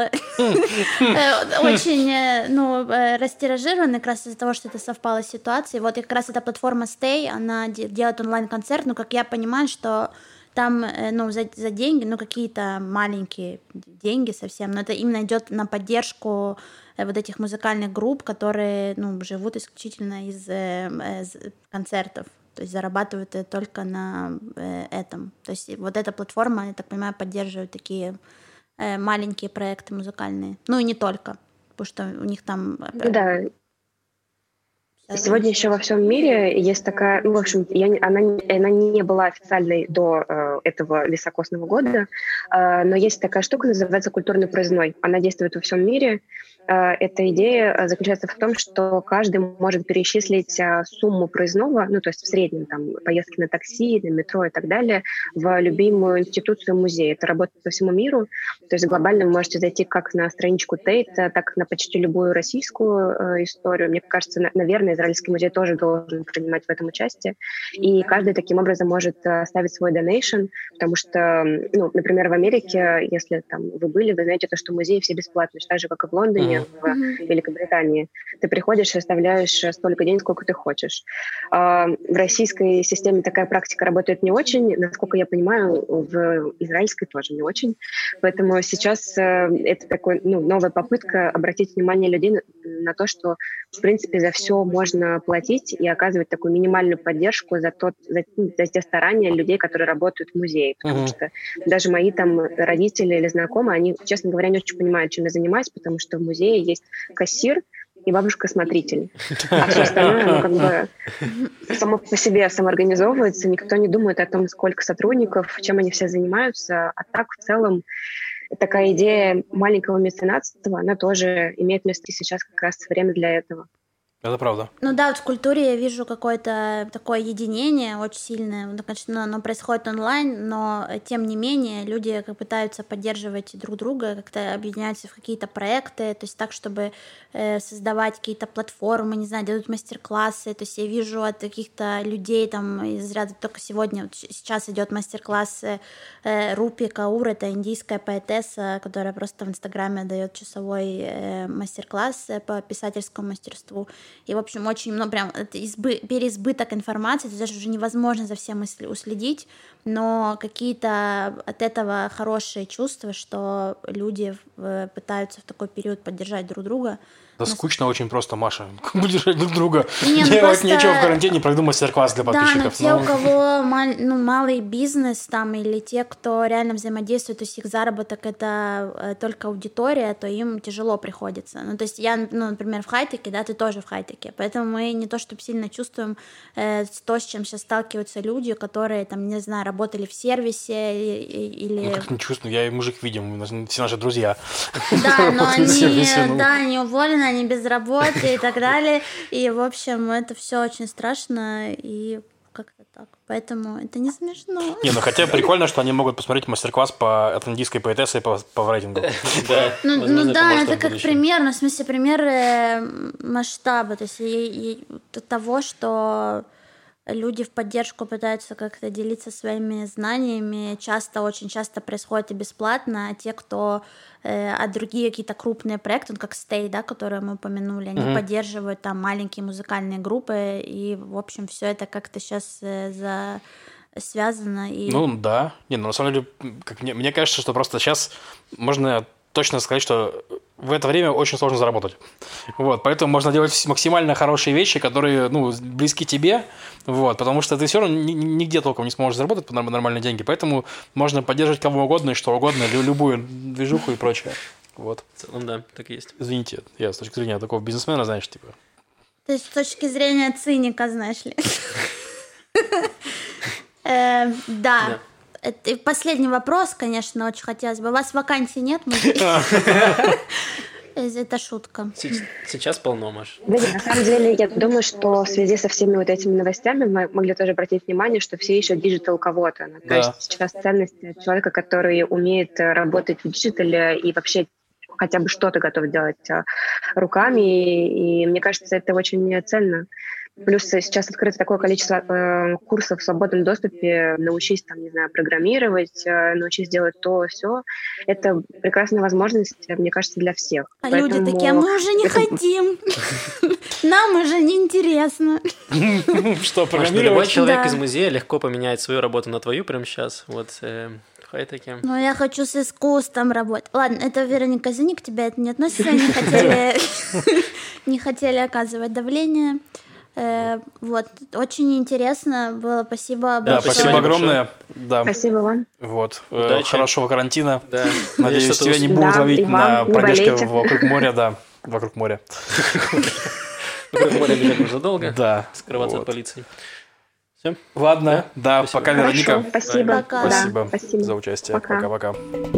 очень, ну, растиражированный как раз из-за того, что это совпало с ситуацией. Вот и как раз эта платформа Stay, она делает онлайн-концерт, но, как я понимаю, что там, ну, за, за деньги, ну, какие-то маленькие деньги совсем, но это именно идет на поддержку вот этих музыкальных групп, которые, ну, живут исключительно из, из концертов. То есть зарабатывают только на э, этом. То есть вот эта платформа, я так понимаю, поддерживает такие э, маленькие проекты музыкальные. Ну и не только, потому что у них там... Да. Сегодня еще во всем мире есть такая... Ну, в общем, я, она, она не была официальной до э, этого високосного года, э, но есть такая штука, называется культурный проездной. Она действует во всем мире. Эта идея заключается в том, что каждый может перечислить сумму проездного, ну, то есть в среднем там поездки на такси, на метро и так далее, в любимую институцию музея. Это работает по всему миру. То есть глобально вы можете зайти как на страничку Тейт, так на почти любую российскую э, историю. Мне кажется, на, наверное, Израильский музей тоже должен принимать в этом участие. И каждый таким образом может э, ставить свой донейшн, потому что, ну, например, в Америке, если там вы были, вы знаете, то, что музеи все бесплатные, так же, как и в Лондоне, в mm-hmm. Великобритании. Ты приходишь и оставляешь столько денег, сколько ты хочешь. В российской системе такая практика работает не очень. Насколько я понимаю, в израильской тоже не очень. Поэтому сейчас это такой, ну, новая попытка обратить внимание людей на, на то, что, в принципе, за все можно платить и оказывать такую минимальную поддержку за, тот, за, за те старания людей, которые работают в музее. Потому mm-hmm. что даже мои там родители или знакомые, они, честно говоря, не очень понимают, чем я занимаюсь, потому что в музее есть кассир и бабушка-смотритель. А все остальное, ну, как бы само по себе самоорганизовывается, никто не думает о том, сколько сотрудников, чем они все занимаются. А так, в целом, такая идея маленького меценатства, она тоже имеет место и сейчас как раз время для этого. Это правда. Ну да, вот в культуре я вижу какое-то такое единение очень сильное. Ну, конечно, оно происходит онлайн, но тем не менее люди как пытаются поддерживать друг друга, как-то объединяются в какие-то проекты, то есть так, чтобы э, создавать какие-то платформы, не знаю, делать мастер-классы. То есть я вижу от каких-то людей там из ряда, только сегодня, вот сейчас идет мастер-класс э, Рупи Каур, это индийская поэтесса, которая просто в Инстаграме дает часовой э, мастер-класс по писательскому мастерству. И, в общем, очень много, прям избы, переизбыток информации, даже уже невозможно за всем уследить, но какие-то от этого хорошие чувства, что люди пытаются в такой период поддержать друг друга. Да нас... скучно очень просто, Маша. Поддержать друг друга. Не, ну Делать просто... нечего в карантине, пройду мастер-класс для подписчиков. Да, но те, но... у кого мал... ну, малый бизнес там, или те, кто реально взаимодействует, то есть их заработок — это только аудитория, то им тяжело приходится. Ну, то есть я, ну, например, в хай-теке, да, ты тоже в хай-теке, поэтому мы не то чтобы сильно чувствуем э, то, с чем сейчас сталкиваются люди, которые, там, не знаю, работали в сервисе или... Ну, как не чувствую, я и мужик видим, все наши друзья. Да, но они, да, они уволены, они без работы и так далее. И, в общем, это все очень страшно и как-то так. Поэтому это не смешно. Не, ну хотя прикольно, что они могут посмотреть мастер-класс по от индийской поэтессы по, по рейтингу. Да, ну, ну да, это как пример, ну, в смысле, пример масштаба, то есть и, и того, что люди в поддержку пытаются как-то делиться своими знаниями. Часто, очень часто происходит и бесплатно. А те, кто... Э, а другие какие-то крупные проекты, как Stay, да, которые мы упомянули, они mm-hmm. поддерживают там маленькие музыкальные группы. И, в общем, все это как-то сейчас э, за... связано. И... Ну, да. Не, ну, на самом деле, как мне, мне кажется, что просто сейчас можно точно сказать, что в это время очень сложно заработать. Вот, поэтому можно делать максимально хорошие вещи, которые, ну, близки тебе, вот, потому что ты все равно нигде толком не сможешь заработать нормальные деньги, поэтому можно поддерживать кого угодно и что угодно, любую движуху и прочее. Вот. В целом, да, так и есть. Извините, я с точки зрения такого бизнесмена, знаешь, типа... То есть с точки зрения циника, знаешь ли. Да. Это последний вопрос, конечно, очень хотелось бы. У вас вакансий нет? Это шутка. Сейчас полно, Маш. Да нет, на самом деле, я думаю, что в связи со всеми вот этими новостями мы могли тоже обратить внимание, что все еще диджитал кого-то. То есть сейчас ценность человека, который умеет работать в диджитале и вообще хотя бы что-то готов делать руками, и мне кажется, это очень ценно. Плюс сейчас открыто такое количество э, курсов в свободном доступе. Научись, там, не знаю, программировать, э, научись делать то, все. Это прекрасная возможность, мне кажется, для всех. А Поэтому... люди такие, а мы уже не это... хотим. Нам уже неинтересно. Что, программировать? Любой человек из музея легко поменяет свою работу на твою прямо сейчас. Вот, хай таким. Ну, я хочу с искусством работать. Ладно, это, Вероника, извини, к тебе это не относится. Не хотели, не хотели оказывать давление. Э, вот, очень интересно было, спасибо большое. Да, спасибо огромное. Да. Спасибо вам. Вот, э, хорошего карантина. Да. Надеюсь, тебя не будут да, ловить на пробежке вокруг моря, да, вокруг моря. Вокруг моря бежать можно долго, да, скрываться от полиции. Все? Ладно, да, пока, Вероника. Спасибо. Спасибо за участие. Пока-пока.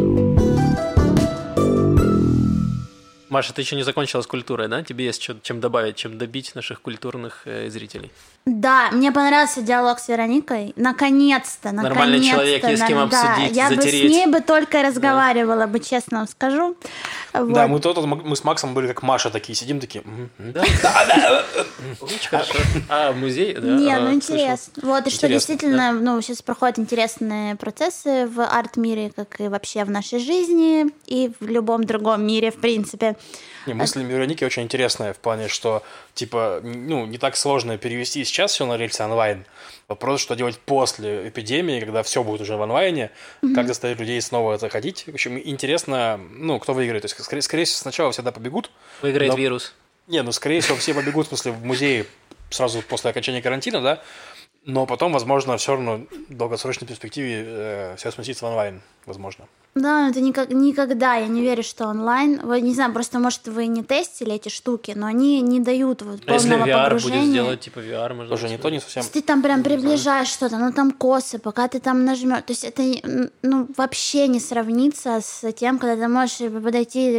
Маша, ты еще не закончила с культурой, да? Тебе есть что, чем добавить, чем добить наших культурных э, зрителей? Да, мне понравился диалог с Вероникой. Наконец-то, наконец-то. Нормальный человек, есть с кем обсудить, да, я затереть. бы с ней бы только разговаривала, да. бы, честно вам скажу. Вот. Да, мы, то, мы с Максом были как Маша такие, сидим такие. Да, да, очень хорошо. А, музей? Не, ну интересно. Вот, и что действительно, ну, сейчас проходят интересные процессы в арт-мире, как и вообще в нашей жизни, и в любом другом мире, в принципе. Не, мысль Вероники очень интересная в плане, что типа, ну, не так сложно перевести сейчас все на рельсы онлайн. Вопрос, что делать после эпидемии, когда все будет уже в онлайне, mm-hmm. как заставить людей снова заходить. В общем, интересно, ну, кто выиграет. То есть, скорее, скорее всего, сначала всегда побегут. Выиграет но... вирус. Не, ну, скорее всего, все побегут в смысле в музей сразу после окончания карантина, да. Но потом, возможно, все равно в долгосрочной перспективе э, все сместится в онлайн, возможно. Да, но это никак, никогда, я не верю, что онлайн. Вы, не знаю, просто, может, вы не тестили эти штуки, но они не дают вот полного погружения. А если ви ар погружения. Будет сделать, типа ви ар, можно... Тоже не то, не совсем... Если ты там прям приближаешь что-то, ну там косы, пока ты там нажмешь. То есть это ну, вообще не сравнится с тем, когда ты можешь подойти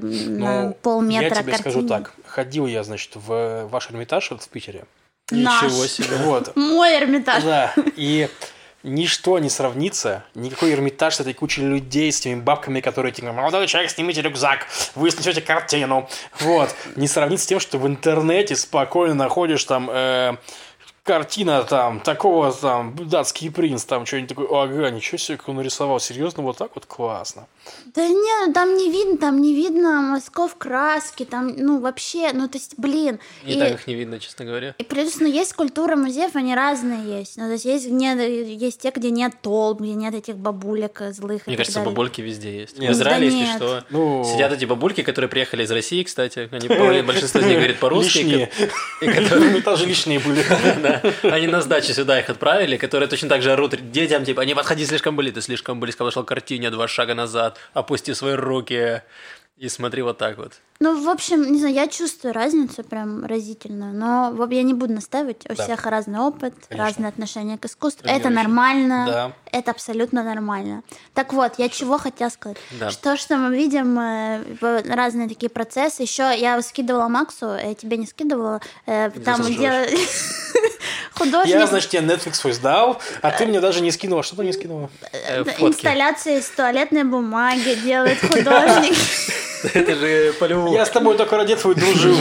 на ну, полметра я тебе картине. Скажу так, ходил я, значит, в ваш Эрмитаж вот в Питере. Наш. Ничего себе. Вот. Мой Эрмитаж. Да, и ничто не сравнится, никакой Эрмитаж с этой кучей людей, с этими бабками, которые типа, молодой человек, снимите рюкзак, вы снесете картину. Вот, не сравнится с тем, что в интернете спокойно находишь там... Э, картина там, такого там, датский принц, там что-нибудь такое, ага, ничего себе, как он нарисовал, серьезно, вот так вот классно. Да не, ну там не видно, там не видно мазков краски, там, ну вообще, ну то есть, блин. Не и, так их не видно, честно говоря. И плюс, ну есть культура музеев, они разные есть, ну то есть есть, где, есть те, где нет толп, где нет этих бабулек злых. Мне кажется, далее. Бабульки везде есть. Нет, в Израиле, да если нет. что, ну... сидят эти бабульки, которые приехали из России, кстати, они, большинство из них говорит по-русски. Лишние. Тоже лишние были. Они на сдачу сюда их отправили, которые точно так же орут детям, типа, не подходи слишком близко, ты слишком близко подошел к картине, два шага назад, опусти свои руки и смотри вот так вот. Ну, в общем, не знаю, я чувствую разницу прям разительную, но я не буду настаивать, у да. всех разный опыт, Конечно. разное отношение к искусству, Конечно. это нормально, да. это абсолютно нормально. Так вот, я чего хотела сказать, да. что, что мы видим разные такие процессы, еще я скидывала Максу, я тебе не скидывала, там где... Художник... Я, значит, тебе Netflix свой сдал, а ты мне даже не скинула. Что ты не скинула? Инсталляции из туалетной бумаги делает художник. Это же по-любому. Я с тобой только ради твою дружил.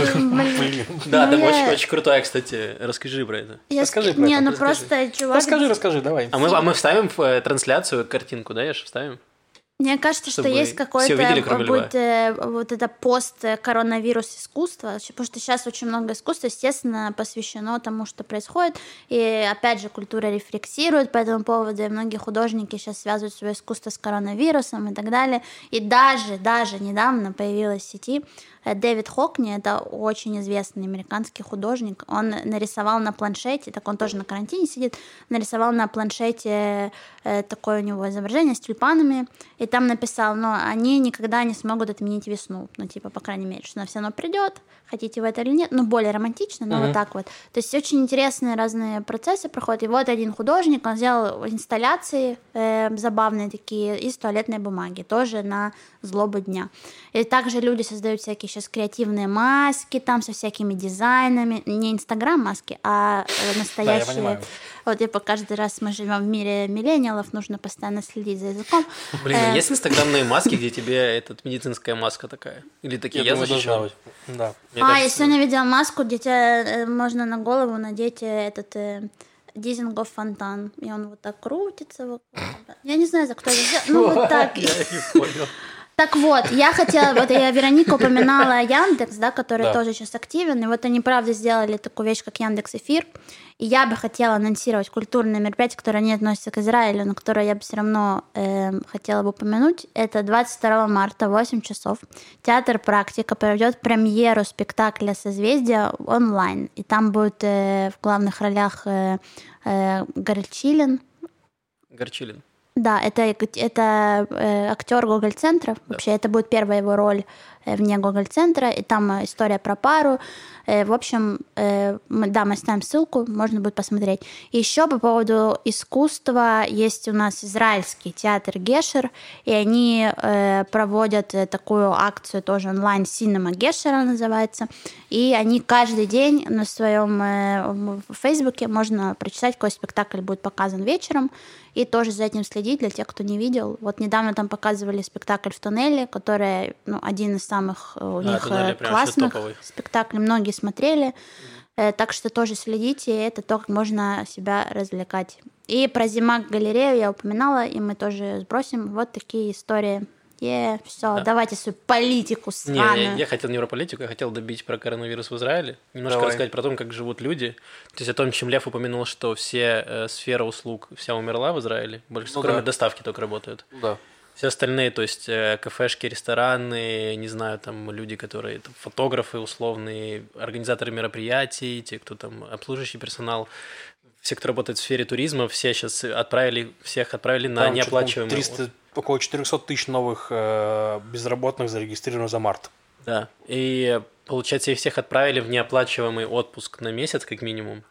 Да, там очень крутая, кстати. Расскажи про это. Расскажи про это. Не, ну просто чувак... Расскажи, расскажи, давай. А мы вставим в трансляцию картинку, да, Яш, вставим? Мне кажется, что Чтобы есть какой-то увидели, кроме будет э, вот это пост-коронавирус искусство, потому что сейчас очень много искусства, естественно, посвящено тому, что происходит, и опять же культура рефлексирует по этому поводу, и многие художники сейчас связывают свое искусство с коронавирусом и так далее, и даже, даже недавно появилась в сети Дэвид Хокни, это очень известный американский художник, он нарисовал на планшете, так он тоже на карантине сидит, нарисовал на планшете э, такое у него изображение с тюльпанами, и там написал, но они никогда не смогут отменить весну, ну типа, по крайней мере, что она все равно придет, хотите вы это или нет, ну более романтично, но mm-hmm. вот так вот. То есть очень интересные разные процессы проходят, и вот один художник, он сделал инсталляции э, забавные такие из туалетной бумаги, тоже на злобу дня. И также люди создают всякие сейчас креативные маски там со всякими дизайнами, не инстаграм-маски, а настоящие. Да, я понимаю. Вот типа каждый раз мы живем в мире миллениалов, нужно постоянно следить за языком. Блин, а есть инстаграмные маски, где тебе эта медицинская маска такая? Или такие я, я защищал? Да. Мне а, кажется... я сегодня видела маску, где тебе можно на голову надеть этот э, Дизингоф фонтан, и он вот так крутится. Вот. Я не знаю, за кто это сделал. Ну вот так. Я не понял. Так вот, я хотела, вот я Вероника упоминала Яндекс, да, который да. тоже сейчас активен, и вот они, правда, сделали такую вещь, как Яндекс Эфир, и я бы хотела анонсировать культурное мероприятие, которое не относится к Израилю, но которое я бы все равно э, хотела бы упомянуть. Это двадцать второго марта, восемь часов. Театр «Практика» проведет премьеру спектакля «Созвездие» онлайн, и там будет э, в главных ролях э, э, Горчилин. Горчилин. Да, это, это э, актер Гоголь-центра. Да. Вообще, это будет первая его роль э, вне Гоголь-центра. И там э, история про пару. Э, в общем, э, мы, да, мы оставим ссылку, можно будет посмотреть. И еще по поводу искусства есть у нас израильский театр Гешер, и они э, проводят такую акцию тоже онлайн, Cinema Гешера называется. И они каждый день на своем э, Фейсбуке можно прочитать, какой спектакль будет показан вечером. И тоже за этим следить для тех, кто не видел. Вот недавно там показывали спектакль в туннеле, который ну, один из самых у а, них классных спектаклей. Многие смотрели. Mm-hmm. Так что тоже следите, это то, как можно себя развлекать. И про Зимак-галерею я упоминала, и мы тоже сбросим. Вот такие истории. Yeah, все, да. Давайте свою политику сраную. Не, я, я хотел не про политику, я хотел добить про коронавирус в Израиле. Немножко Давай. рассказать про то, как живут люди. То есть о том, чем Лев упомянул, что все э, сфера услуг вся умерла в Израиле. Большинство, ну, кроме да. доставки, только работают. Да. Все остальные, то есть э, кафешки, рестораны, не знаю, там люди, которые там, фотографы условные, организаторы мероприятий, те, кто там обслуживающий персонал. Все, кто работает в сфере туризма, все сейчас отправили, всех отправили на там неоплачиваемые... триста, около четыреста тысяч новых э, безработных зарегистрировано за март. Да, и получается, их всех отправили в неоплачиваемый отпуск на месяц, как минимум.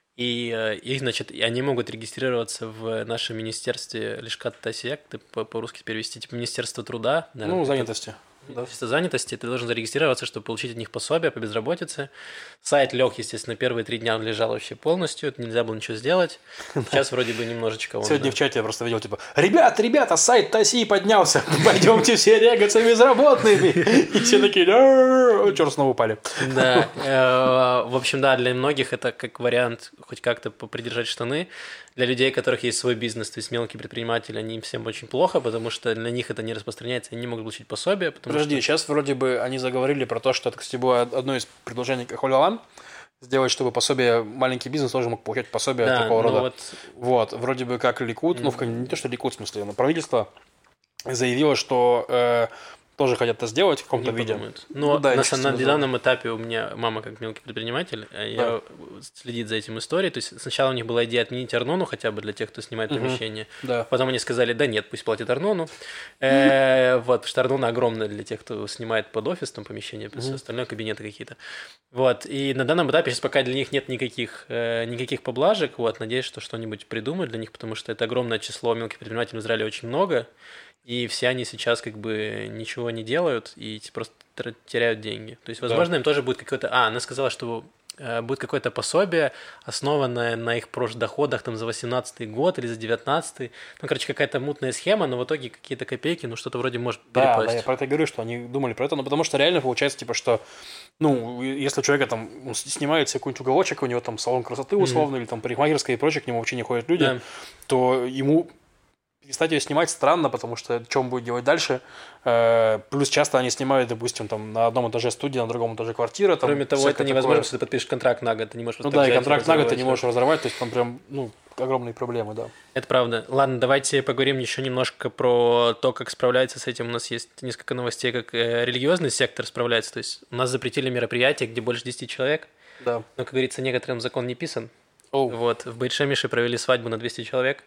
И э, их, значит, они могут регистрироваться в нашем министерстве Лишкат Тасияк, ты по-русски перевести, типа Министерство труда. Наверное, ну, занятости. Да. Вместо занятости ты должен зарегистрироваться, чтобы получить от них пособие по безработице. Сайт лег, естественно, первые три дня он лежал вообще полностью, это нельзя было ничего сделать. Сейчас вроде бы немножечко... Он, Сегодня да. в чате я просто видел, типа, ребята, ребята, сайт ТАСИ поднялся, пойдемте все регаться безработными. И все такие, черт, снова упали. Да, в общем, да, для многих это как вариант хоть как-то попридержать штаны. Для людей, у которых есть свой бизнес, то есть мелкие предприниматели, они всем очень плохо, потому что для них это не распространяется, они не могут получить пособие. Подожди, что... сейчас вроде бы они заговорили про то, что это, кстати, было одно из предложений Кахоль-Лаван, сделать, чтобы пособие, маленький бизнес тоже мог получать пособие да, такого рода. Вот... вот, вроде бы как Ликуд, mm-hmm. ну, не то, что Ликуд, в смысле, но правительство заявило, что... Э, тоже хотят это сделать в каком-то виде. Но ну, да, на, на, на данном этапе у меня мама как мелкий предприниматель, да. я следит за этим историей. То есть сначала у них была идея отменить Арнону хотя бы для тех, кто снимает угу. помещение. Да. Потом они сказали, да нет, пусть платят Арнону. Э, вот, потому что Арнона огромная для тех, кто снимает под офис там помещение, плюс угу. остальное кабинеты какие-то. Вот, и на данном этапе сейчас пока для них нет никаких, э, никаких поблажек. Вот, надеюсь, что что-нибудь придумают для них, потому что это огромное число мелких предпринимателей в Израиле очень много. И все они сейчас как бы ничего не делают и просто теряют деньги. То есть, возможно, да. им тоже будет какой-то... А, она сказала, что будет какое-то пособие, основанное на их прошлых доходах там, за восемнадцатый год или за девятнадцатый. Ну, короче, какая-то мутная схема, но в итоге какие-то копейки, ну, что-то вроде может перепасть. Да, да, я про это говорю, что они думали про это, но потому что реально получается, типа, что, ну, если у человека там снимает себе какой-нибудь уголочек, у него там салон красоты условно, mm-hmm. или там парикмахерская и прочее, к нему вообще не ходят люди, да. то ему... перестать ее снимать странно, потому что что он будет делать дальше. Э, плюс часто они снимают, допустим, там на одном этаже студия, на другом этаже квартира. Там Кроме того, это невозможно, такое... что ты подпишешь контракт на год, ты не можешь Ну да, и контракт на год ты не можешь разорвать, то есть там прям, ну, огромные проблемы, да. Это правда. Ладно, давайте поговорим еще немножко про то, как справляется с этим. У нас есть несколько новостей, как э, религиозный сектор справляется. То есть у нас запретили мероприятия, где больше десяти человек. Да. Но, как говорится, некоторым закон не писан. Oh. Вот. В Бейт-Шемише провели свадьбу на двести человек.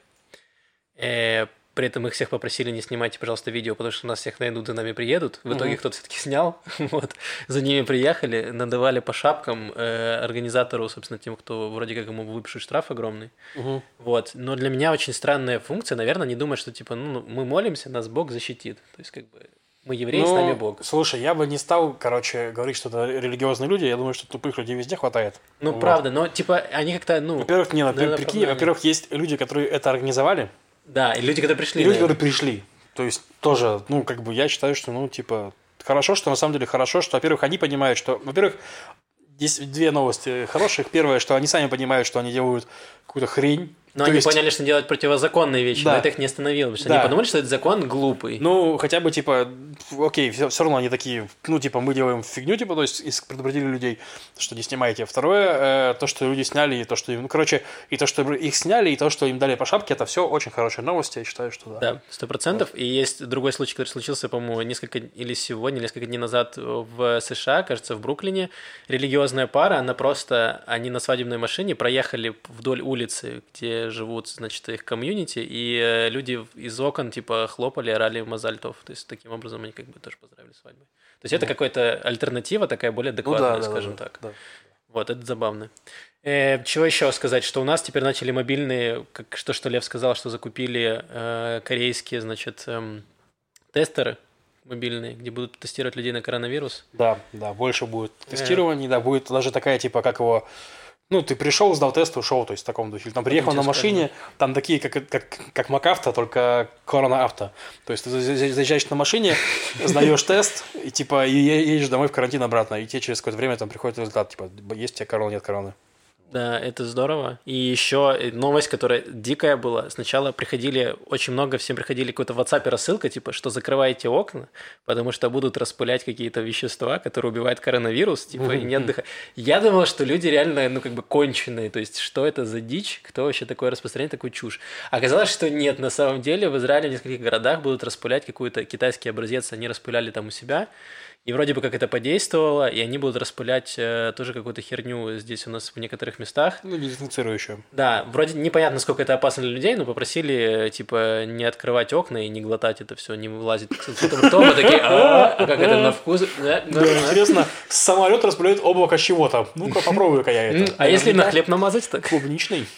Э, При этом их всех попросили не снимайте, пожалуйста, видео, потому что нас всех найдут, за нами приедут. В итоге uh-huh. кто-то все-таки снял. Вот. За ними приехали, надавали по шапкам э, организатору, собственно, тем, кто вроде как ему выпишет штраф огромный. Uh-huh. Вот. Но для меня очень странная функция. Наверное, они думают, что типа, ну, мы молимся, нас Бог защитит. То есть, как бы, мы евреи, ну, с нами Бог. Слушай, я бы не стал, короче, говорить, что это религиозные люди. Я думаю, что тупых людей везде хватает. Ну, вот. Правда, но типа они как-то, ну... Во-первых, не, наверное, прикинь, во-первых, есть люди, которые это организовали. Да, и люди, которые пришли. И люди, которые пришли. То есть тоже, ну, как бы я считаю, что, ну, типа, хорошо, что на самом деле хорошо, что, во-первых, они понимают, что, во-первых, здесь две новости хороших. Первое, что они сами понимают, что они делают какую-то хрень. Но То они есть... поняли, что делать противозаконные вещи, да. но это их не остановило, потому что да. они подумали, что этот закон глупый. Ну, хотя бы, типа, окей, все, все равно они такие, ну, типа, мы делаем фигню, типа, то есть предупредили людей, что не снимайте. Второе, э, то, что люди сняли, и то, что им, ну, короче, и то, что их сняли, и то, что им дали по шапке, это все очень хорошие новости, я считаю, что да. Да, сто процентов. Вот. И есть другой случай, который случился, по-моему, несколько, или сегодня, несколько дней назад в США, кажется, в Бруклине. Религиозная пара, она просто, они на свадебной машине проехали вдоль улицы, где живут, значит, их комьюнити, и люди из окон, типа, хлопали, орали мазальтов. То есть, таким образом они как бы тоже поздравили свадьбой. То есть, это какая-то альтернатива такая более адекватная, ну, да, скажем да, так. Да, да. Вот, это забавно. Э, чего еще сказать? Что у нас теперь начали мобильные, как то, что Лев сказал, что закупили э, корейские, значит, э, тестеры мобильные, где будут тестировать людей на коронавирус. Да, да, больше будет тестирований, э. да, будет даже такая, типа, как его... Ну, ты пришел, сдал тест, ушел, то есть в таком духе. Или там приехал на машине, там такие, как, как, как МакАвто, только корона-авто. То есть ты заезжаешь на машине, сдаешь тест, и типа и едешь домой в карантин обратно, и тебе через какое-то время там приходит результат, типа, есть у тебя корона, нет короны. Да, это здорово. И еще новость, которая дикая была. Сначала приходили, очень много всем приходили какой-то в WhatsApp рассылка, типа, что закрывайте окна, потому что будут распылять какие-то вещества, которые убивают коронавирус, типа, mm-hmm. и не отдыхать. Я думал, что люди реально, ну, как бы конченые, то есть, что это за дичь, кто вообще такое распространяет, такую чушь. Оказалось, что нет, на самом деле в Израиле в нескольких городах будут распылять какой-то китайский образец, они распыляли там у себя. И вроде бы как это подействовало, и они будут распылять э, тоже какую-то херню здесь у нас в некоторых местах. Ну, дезинфицирующую. Да, вроде непонятно, сколько это опасно для людей, но попросили, типа, не открывать окна и не глотать это все, не вылазить с открытым ртом, такие, а как это на вкус? Да, интересно, самолет распыляет облако чего-то. Ну-ка, попробую-ка я это. А если на хлеб намазать, так? Клубничный.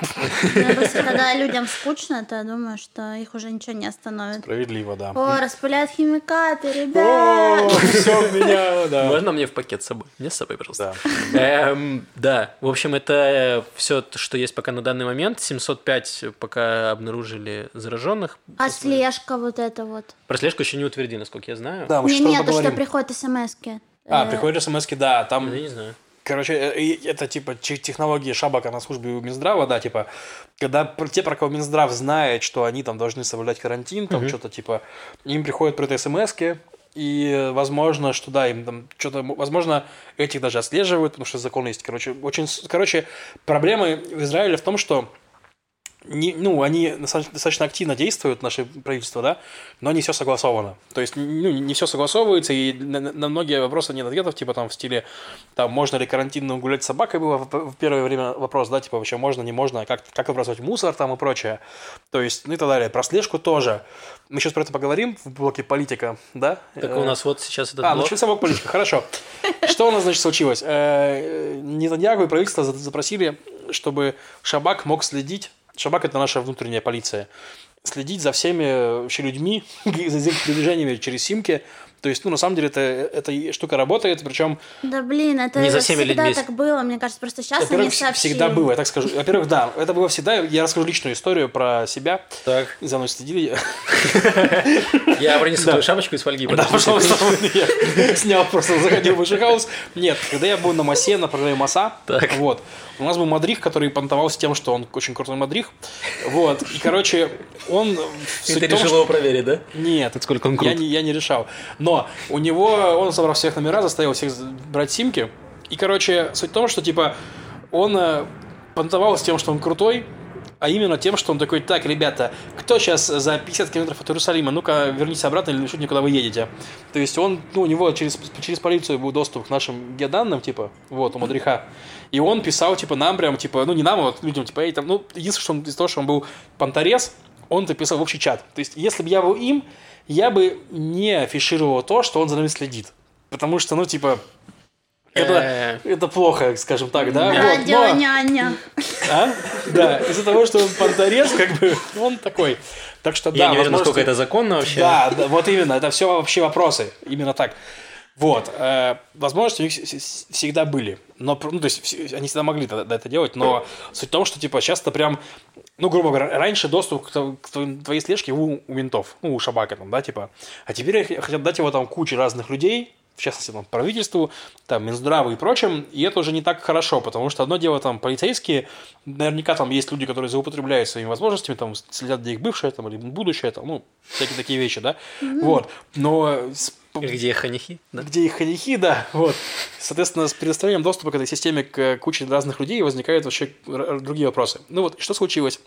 Когда людям скучно, то я думаю, что их уже ничего не остановит. Справедливо, да. О, распыляют химикаты, ребят! Все меня, да. Можно мне в пакет с собой? Мне с собой, пожалуйста. Да. Эм, да, в общем, это все, что есть пока на данный момент. семьсот пять пока обнаружили зараженных. А слежка вот это вот? Про слежку еще не утвердили, насколько я знаю. Да, мы не, нет, то, что приходят смс-ки. А, приходят смс-ки, да. Там... Я не знаю. Короче, это типа технологии шабака на службе у Минздрава, да, типа, когда те, про кого Минздрав знает, что они там должны соблюдать карантин, там uh-huh. что-то типа, им приходят про это смс-ки, и возможно, что да, им там что-то, возможно, этих даже отслеживают, потому что закон есть. Короче, очень, короче, проблемы в Израиле в том, что не, ну, они достаточно активно действуют, наше правительство, да, но не все согласовано. То есть, ну, не все согласовывается, и на, на многие вопросы нет ответов, типа там в стиле, там, можно ли карантинно гулять с собакой, было в, в первое время вопрос, да, типа, вообще можно, не можно, как, как выбрасывать мусор там и прочее. То есть, ну и так далее. Про слежку тоже. Мы сейчас про это поговорим в блоке политика, да? Так у нас вот сейчас этот а, блок. А, начался блок политика, хорошо. Что у нас, значит, случилось? Нетаньяху и правительство запросили, чтобы Шабак мог следить. Шабак – это наша внутренняя полиция. Следить за всеми вообще людьми, за их передвижениями через симки То есть, ну, на самом деле, это, эта штука работает, причем... Да, блин, это не за всеми всегда людьми. так было, мне кажется, просто сейчас Во-первых, они сообщили. всегда было, я так скажу. Во-первых, да, это было всегда. Я расскажу личную историю про себя. Так. За мной следили. Я принесу твою шапочку из фольги. Да, пожалуйста, я снял, просто заходил в высший хаус. Нет, когда я был на МАСе, на программе МАСа, вот, у нас был мадрих, который понтовался тем, что он очень крутой мадрих. Вот, и, короче, он... И ты решил его проверить, да? Нет, сколько он крут. Я не, я не решал. Но у него, он собрал всех номера, заставил всех брать симки. И, короче, суть в том, что, типа, он э, понтовался тем, что он крутой, а именно тем, что он такой: так, ребята, кто сейчас за пятьдесят километров от Иерусалима, ну-ка, вернитесь обратно или решите, куда вы едете. То есть он, ну, у него через, через полицию был доступ к нашим геоданным, типа, вот, у мадриха. И он писал, типа, нам прям, типа, ну, не нам, а вот людям, типа, эй, там, ну, единственное, что он, из-за того, что он был понторез, он это писал в общий чат. То есть, если бы я был им, я бы не афишировал то, что он за нами следит. Потому что, ну, типа, это, это плохо, скажем так, да? Радио вот, но... няня. А? Да, из-за того, что он понторез, как бы, он такой. Так что, да, я не уверен, насколько это законно вообще. Да, да, вот именно, это все вообще вопросы, именно так. Вот, э, возможности у них всегда были, но, ну, то есть, они всегда могли это, это делать, но суть в том, что, типа, сейчас-то прям, ну, грубо говоря, раньше доступ к, к твоей слежке у, у ментов, ну, у Шабака там, да, типа, а теперь хотят дать его там куче разных людей, в частности, там, правительству, там, Минздраву и прочим, и это уже не так хорошо, потому что одно дело, там, полицейские, наверняка там есть люди, которые злоупотребляют своими возможностями, там, следят, где их бывшее, там, или будущее, там, ну, всякие такие вещи, да, mm-hmm. вот, но... Где их ханихи, да? Где их ханихи, да, вот. Соответственно, с предоставлением доступа к этой системе к куче разных людей возникают вообще другие вопросы. Ну вот, что случилось?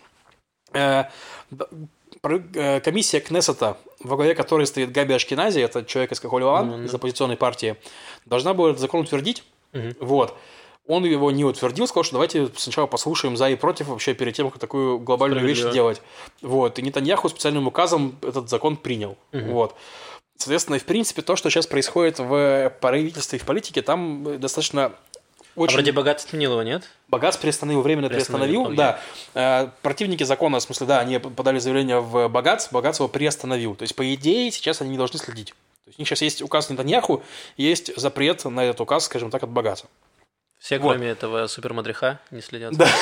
Комиссия Кнессета, во главе которой стоит Габи Ашкенази, это человек из Кахоль-Лаван, mm-hmm. из оппозиционной партии, должна была этот закон утвердить. Mm-hmm. Вот. Он его не утвердил, сказал, что давайте сначала послушаем за и против вообще перед тем, как такую глобальную вещь делать. Вот. И Нетаньяху специальным указом этот закон принял. Mm-hmm. Вот. Соответственно, в принципе, то, что сейчас происходит в правительстве и в политике, там достаточно... Очень... А вроде Багац отменил его, нет? Багац приостановил, временно приостановил, приостановил да. Противники закона, в смысле, да, они подали заявление в Багац, Багац его приостановил. То есть, по идее, сейчас они не должны следить. То есть, у них сейчас есть указ Нетаньяху, есть запрет на этот указ, скажем так, от Багаца. Все, вот. Кроме этого супермадриха, не следят. Да,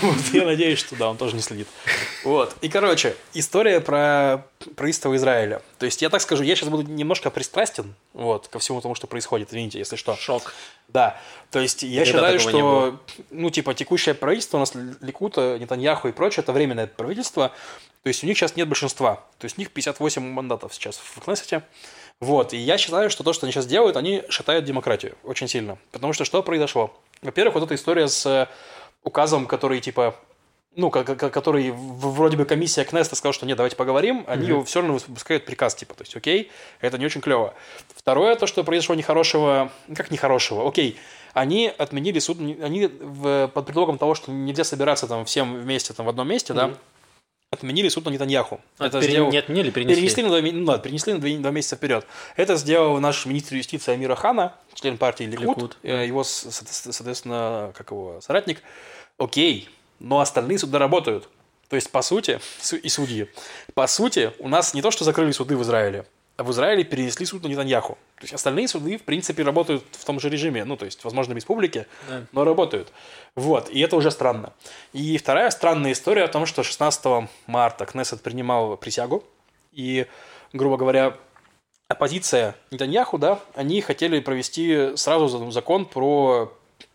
я надеюсь, что да, он тоже не следит. Вот. И, короче, история про правительство Израиля. То есть, я так скажу, я сейчас буду немножко пристрастен вот, ко всему тому, что происходит. Извините, если что. Шок. Да. То есть, я считаю, что, ну, типа, текущее правительство у нас, Ликуд, Нетаньяху и прочее, это временное правительство. То есть, у них сейчас нет большинства. То есть, у них пятьдесят восемь мандатов сейчас в Кнессете. Вот. И я считаю, что то, что они сейчас делают, они шатают демократию очень сильно. Потому что что произошло? Во-первых, вот эта история с указом, который, типа, ну, который вроде бы комиссия Кнессета сказала, что нет, давайте поговорим, они mm-hmm. все равно выпускают приказ, типа, то есть, окей, это не очень клево. Второе, то, что произошло нехорошего, как нехорошего, окей, они отменили суд, они в, под предлогом того, что нельзя собираться там всем вместе там в одном месте, mm-hmm. да, отменили суд на Нетаньяху. А это пере... сделал... Не отменили, перенесли. Перенесли на, два... ну, да, перенесли на два... два месяца вперед. Это сделал наш министр юстиции Амир Хана, член партии Ликуд, Ликуд. Его, соответственно, как его соратник. Окей, но остальные суды работают. То есть, по сути, и судьи, по сути, у нас не то, что закрыли суды в Израиле, а в Израиле перенесли суд на Нетаньяху. То есть, остальные суды, в принципе, работают в том же режиме. Ну, то есть, возможно, без публики, да. но работают. Вот, и это уже странно. И вторая странная история о том, что шестнадцатого марта Кнессет принимал присягу, и, грубо говоря, оппозиция Нетаньяху, да, они хотели провести сразу закон про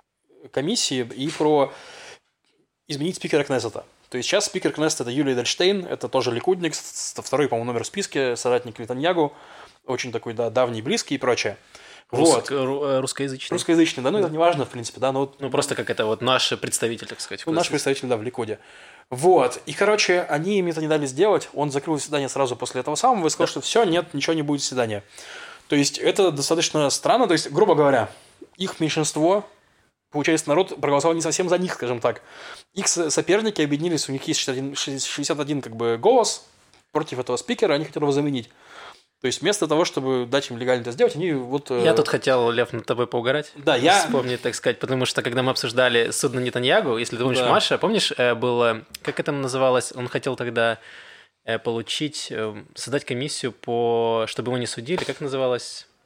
комиссии и про изменить спикера Кнессета. То есть сейчас спикер Кнессета – это Юлия Эдельштейн, это тоже ликудник, второй, по-моему, номер в списке, соратник Нетаньяху, очень такой, да, давний, близкий и прочее. Вот. Рус... Русскоязычный. Русскоязычный, да, ну это не важно, в принципе, да. Но вот... Ну просто как это вот наш представитель, так сказать. Ну, наш представитель, да, в Ликуде. Вот, и, короче, они им это не дали сделать, он закрыл заседание сразу после этого самого и сказал, да. что все, нет, ничего не будет заседания. То есть это достаточно странно, то есть, грубо говоря, их меньшинство, получается, народ проголосовал не совсем за них, скажем так. Их соперники объединились, у них есть шестьдесят один как бы, голос против этого спикера, они хотели его заменить. То есть вместо того, чтобы дать им легально это сделать, они вот... Я э... тут хотел, Лев, над тобой поугарать. Да, я... Вспомнить, так сказать, потому что, когда мы обсуждали суд на Нетаньягу, если ты помнишь, да. Маша, помнишь, было... Как это называлось? Он хотел тогда получить... Создать комиссию, по... чтобы его не судили. Как называлось?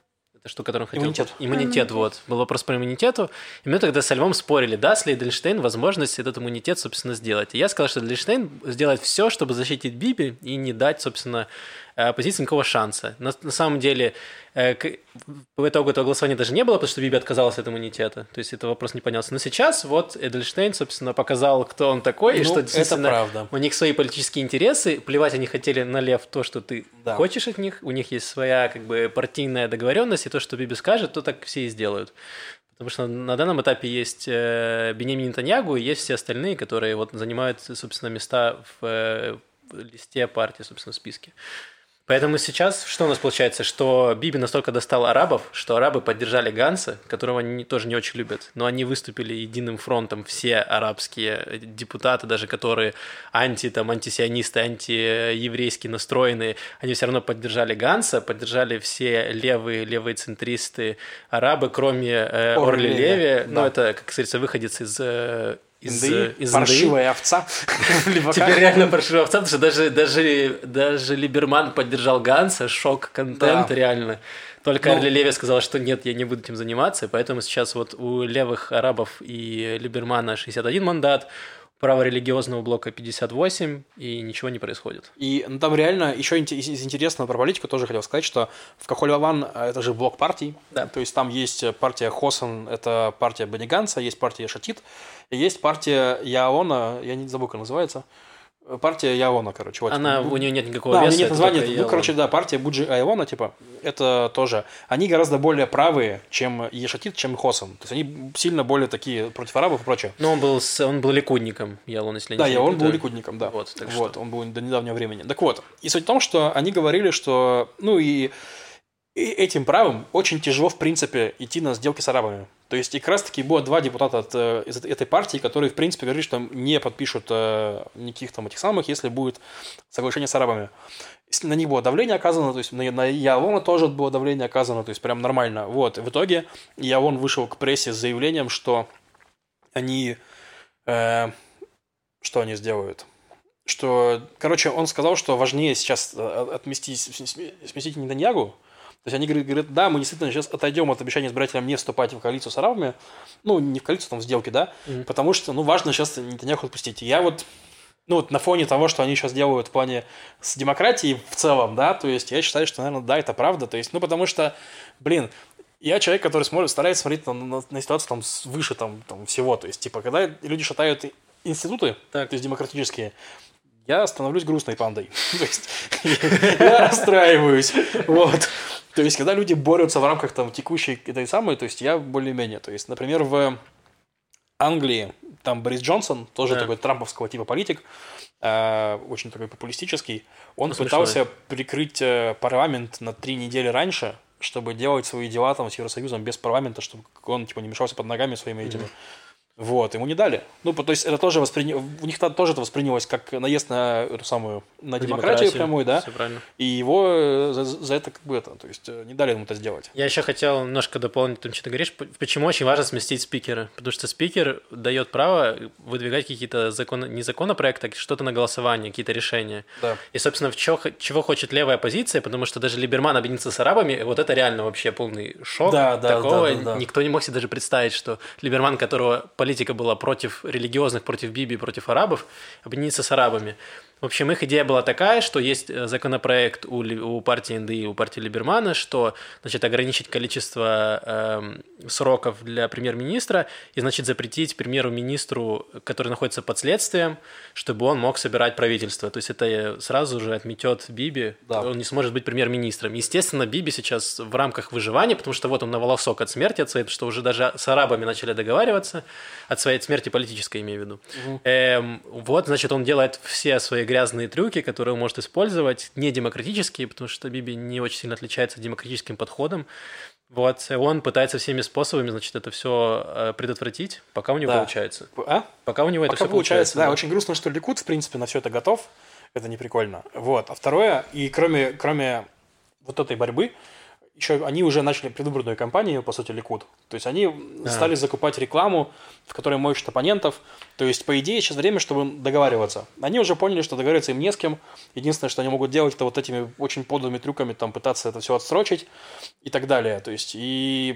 Это штука, которую хотел... Иммунитет. Иммунитет, вот. Был вопрос про иммунитету. И мы тогда со Львом спорили, даст ли Эдельштейн возможность этот иммунитет, собственно, сделать. И я сказал, что Эдельштейн сделает все, чтобы защитить Биби и не дать, собственно, оппозиции никакого шанса. На, на самом деле, э, к, по итогу этого голосования даже не было, потому что Биби отказался от иммунитета. То есть это вопрос не поднялся. Но сейчас вот Эдельштейн, собственно, показал, кто он такой, ну, и что действительно у них свои политические интересы. Плевать они хотели на Лев то, что ты да. хочешь от них. У них есть своя как бы партийная договоренность, и то, что Биби скажет, то так все и сделают. Потому что на данном этапе есть э, Биньямин Нетаньягу и есть все остальные, которые вот занимают, собственно, места в э, листе партии, собственно, в списке. Поэтому сейчас что у нас получается? Что Биби настолько достал арабов, что арабы поддержали Ганса, которого они тоже не очень любят, но они выступили единым фронтом, все арабские депутаты, даже которые анти, там, антисионисты, антиеврейски настроенные, они все равно поддержали Ганса, поддержали все левые, левые центристы арабы, кроме э, Орли Леви, да. ну это, как говорится, выходец из... Э, Из, Инды, из паршивая овца. Теперь реально паршивая овца, потому что даже, даже, даже Либерман поддержал Ганса, шок-контент да. реально. Только ну, Орли Леви сказала, что нет, я не буду этим заниматься, поэтому сейчас вот у левых арабов и Либермана шестьдесят один мандат, праворелигиозного блока пятьдесят восемь, и ничего не происходит. И ну, там реально еще из интересного про политику тоже хотел сказать, что в Кахоль-Лаван это же блок партий, да. то есть там есть партия Хосан, это партия Бени Ганса, есть партия Шатит, и есть партия Яона, я не забыл, как называется, партия Яона, короче. Вот. Она, у нее нет никакого да, веса. Да, у нее нет названия, ну, короче, да, партия Буджи Айона, типа, это тоже, они гораздо более правые, чем Ешатит, чем Хосан, то есть они сильно более такие против арабов и прочее. Но он был, он был ликудником, Ялон, если да, не Да, он был ликудником, да. Вот, так вот что... он был до недавнего времени. Так вот, и суть в том, что они говорили, что, ну и, и этим правым очень тяжело, в принципе, идти на сделки с арабами. То есть, и как раз-таки было два депутата от, из этой партии, которые, в принципе, говорили, что не подпишут э, никаких там этих самых, если будет соглашение с арабами. На них было давление оказано, то есть на, на Явона тоже было давление оказано, то есть прям нормально. Вот, и в итоге Явон вышел к прессе с заявлением, что они... Э, что они сделают? Что, короче, он сказал, что важнее сейчас отместить, сместить Нетаньягу. То есть они говорят, да, мы действительно сейчас отойдем от обещания избирателям не вступать в коалицию с арабами, ну, не в коалицию, там, в сделки, да, mm-hmm. потому что, ну, важно сейчас Нетаньяху отпустить. И я вот, ну, вот на фоне того, что они сейчас делают в плане с демократией в целом, да, то есть я считаю, что, наверное, да, это правда, то есть, ну, потому что, блин, я человек, который смотрит, старается смотреть там, на, на ситуацию там свыше там, там всего, то есть, типа, когда люди шатают институты, так. то есть демократические, я становлюсь грустной пандой. То есть я расстраиваюсь. Вот. То есть, когда люди борются в рамках там текущей этой самой, то есть я более-менее. То есть, например, в Англии там Борис Джонсон, тоже да. такой трамповского типа политик, э, очень такой популистический, он ну, пытался смешно. прикрыть парламент на три недели раньше, чтобы делать свои дела там с Евросоюзом без парламента, чтобы он типа не мешался под ногами своими этими. Mm-hmm. Вот, ему не дали. Ну, то есть это тоже восприня... у них тоже это воспринялось как наезд на эту самую на демократию прямую, да. И его за, за это как бы это, то есть не дали ему это сделать. Я еще хотел немножко дополнить то, что ты говоришь, почему очень важно сместить спикера, потому что спикер дает право выдвигать какие-то законы, не законопроекты, а что-то на голосование, какие-то решения. Да. И, собственно, в чего, чего хочет левая оппозиция, потому что даже Либерман объединится с арабами, вот это реально вообще полный шок. Да, да, Такого да, да, да. никто не мог себе даже представить, что Либерман, которого политика была против религиозных, против Биби, против арабов, объединиться с арабами. В общем, их идея была такая, что есть законопроект у, у партии эн дэ и у партии Либермана, что, значит, ограничить количество э, сроков для премьер-министра и, значит, запретить премьеру-министру, который находится под следствием, чтобы он мог собирать правительство. То есть это сразу же отметет Биби, да. он не сможет быть премьер-министром. Естественно, Биби сейчас в рамках выживания, потому что вот он на волосок от смерти, от своей, что уже даже с арабами начали договариваться, от своей от смерти политической, имею в виду. Угу. Эм, вот, значит, он делает все свои грязные трюки, которые он может использовать, не демократические, потому что Биби не очень сильно отличается демократическим подходом. Вот, он пытается всеми способами, значит, это все предотвратить, пока у него да. получается. А? Пока у него пока это все получается. получается. Да, да, очень грустно, что Ликуд, в принципе, на все это готов. Это не прикольно. Вот. А второе, и кроме, кроме вот этой борьбы, еще они уже начали предвыборную кампанию, по сути, Ликуд. То есть они а. стали закупать рекламу, в которой мочат оппонентов. То есть, по идее, сейчас время, чтобы договариваться. Они уже поняли, что договариваться им не с кем. Единственное, что они могут делать, это вот этими очень подлыми трюками там пытаться это все отсрочить и так далее. То есть, и...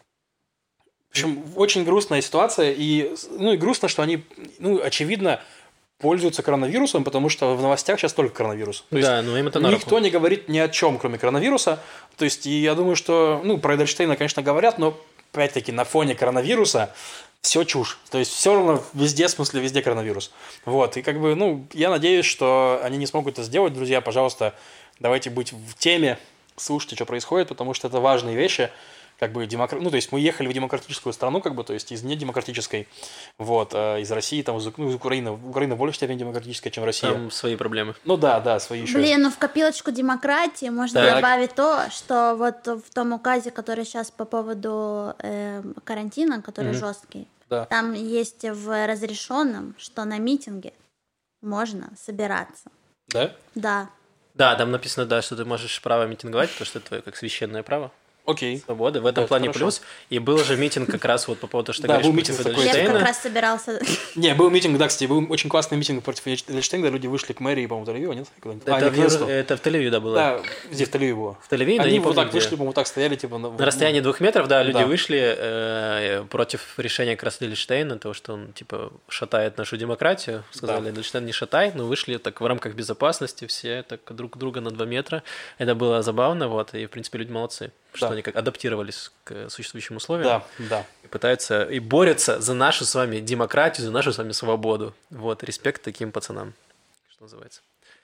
В общем, очень грустная ситуация. И, ну, и грустно, что они, ну, очевидно, пользуются коронавирусом, потому что в новостях сейчас только коронавирус. То да, есть ну им это на никто руку. не говорит ни о чем, кроме коронавируса. То есть, и я думаю, что, ну, про Эдельштейна, конечно, говорят, но, опять-таки, на фоне коронавируса все чушь. То есть, все равно везде, в смысле, везде коронавирус. Вот, и как бы, ну, я надеюсь, что они не смогут это сделать. Друзья, пожалуйста, давайте быть в теме, слушайте, что происходит, потому что это важные вещи. Как бы демокр... Ну, то есть мы ехали в демократическую страну, как бы, то есть из недемократической, вот, э, из России, там, из, ну, из Украины. Украина в большей степени демократическая, чем Россия. Там свои проблемы. Ну да, да, свои еще. Блин, ну в копилочку демократии можно Так. добавить то, что вот в том указе, который сейчас по поводу э, карантина, который Мгм. жесткий, Да. там есть в разрешенном, что на митинге можно собираться. Да? Да. Да, там написано, да, что ты можешь право митинговать, потому что это твое как священное право. Окей. Свободы. В этом Да, плане хорошо. плюс. И был же митинг как раз вот по поводу, что ты Да, говоришь был против митинг такой. Я Эдельштейна. как раз собирался... Не, был митинг, да, кстати, был очень классный митинг против Эдельштейна, люди вышли к мэрии, по-моему, Тель-Авива, нет? Куда-нибудь? А, Это, не, в, к Несту. это в Тель-Авиве, да, было. Да, где в Тель-Авиве было. В Тель-Авиве, но Они не вот помню, так где. вышли, по-моему, так стояли, типа... На, На расстоянии двух метров, да, люди Да. вышли э, против решения как раз Эдельштейна, того, что он, типа, шатает нашу демократию. Сказали, Да. Эдельштейн не шатай, но вышли так в рамках безопасности, все так друг друга на два метра. Это было забавно, вот, и, в принципе, люди молодцы, что Да. они как адаптировались к существующим условиям. Да, да. И пытаются, и борются за нашу с вами демократию, за нашу с вами свободу. Вот, респект таким пацанам, что называется.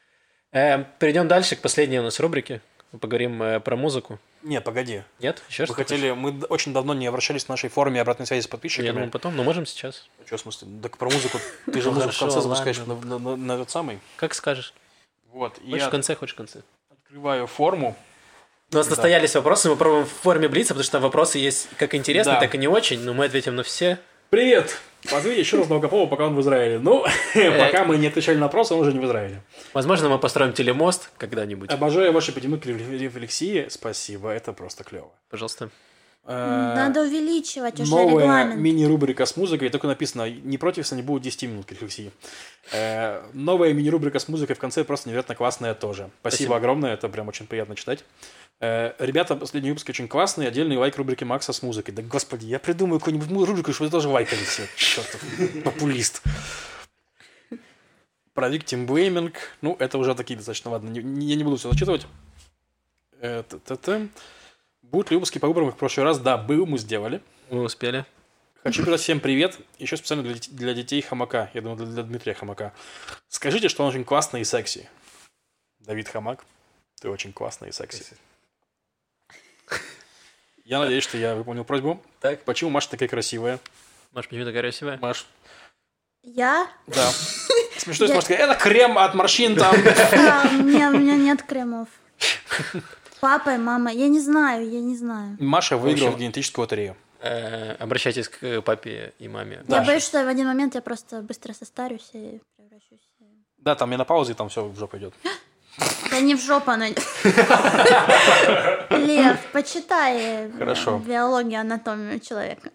Э, перейдем дальше к последней у нас рубрике. Мы поговорим э, про музыку. Не, погоди. Нет? Еще Мы что хотели, мы д- очень давно не обращались в нашей форме обратной связи с Я подписчиками. думаю, потом, но можем сейчас. Что, в смысле? Так про музыку ты же Ну, музыку в хорошо, конце запускаешь на, ладно. на- на- на этот самый. Как скажешь. Вот, и Хочешь я в конце, хочешь в конце. открываю форму. У нас Да. настоялись вопросы, мы пробуем в форме блица, потому что там вопросы есть как интересные, Да. так и не очень, но мы ответим на все. Привет! Позови еще раз Долгополова, пока он в Израиле. Ну, пока мы не отвечали на вопрос, он уже не в Израиле. Возможно, мы построим телемост когда-нибудь. Обожаю ваши потянуть рефлексии. Спасибо, это просто клево. Пожалуйста. Надо увеличивать уже Новая регламент. мини-рубрика с музыкой. Только написано, не против, если не будет десять минут рефлексии. Э, Новая мини-рубрика с музыкой в конце просто невероятно классная тоже. Спасибо, Спасибо. огромное, это прям очень приятно читать. Э, Ребята, последние выпуски очень классные. Отдельный лайк рубрики Макса с музыкой. Да господи, я придумаю какую-нибудь му- рубрику, чтобы вы тоже лайкали все. Чертов популист. Про Victim Blaming. Ну, это уже такие достаточно, ладно, не- не- я не буду все зачитывать. Э, та-та-та. Будут ли выпуски по выборам, как в прошлый раз? Да, был, мы сделали. Мы успели. Хочу передать всем привет. Еще специально для, дет- для детей Хамака. Я думаю, для, для Дмитрия Хамака. Скажите, что он очень классный и секси. Давид Хамак, ты очень классный и секси. Я надеюсь, что я выполнил просьбу. Так. Почему Маша такая красивая? Маш, почему такая красивая? Маш, Я? да. Смешно, если Я- Маша такая, это крем от морщин там. А, у меня, у меня нет кремов. Папа и мама, я не знаю, я не знаю. Маша выиграла общем- в генетическую лотерею. Э, обращайтесь к папе и маме. Да. Я боюсь, что в один момент я просто быстро состарюсь и превращусь. в- Да, там менопауза, и там все в жопу идет. Да не в жопу она. Лев, почитай э, Хорошо. биологию, анатомию человека.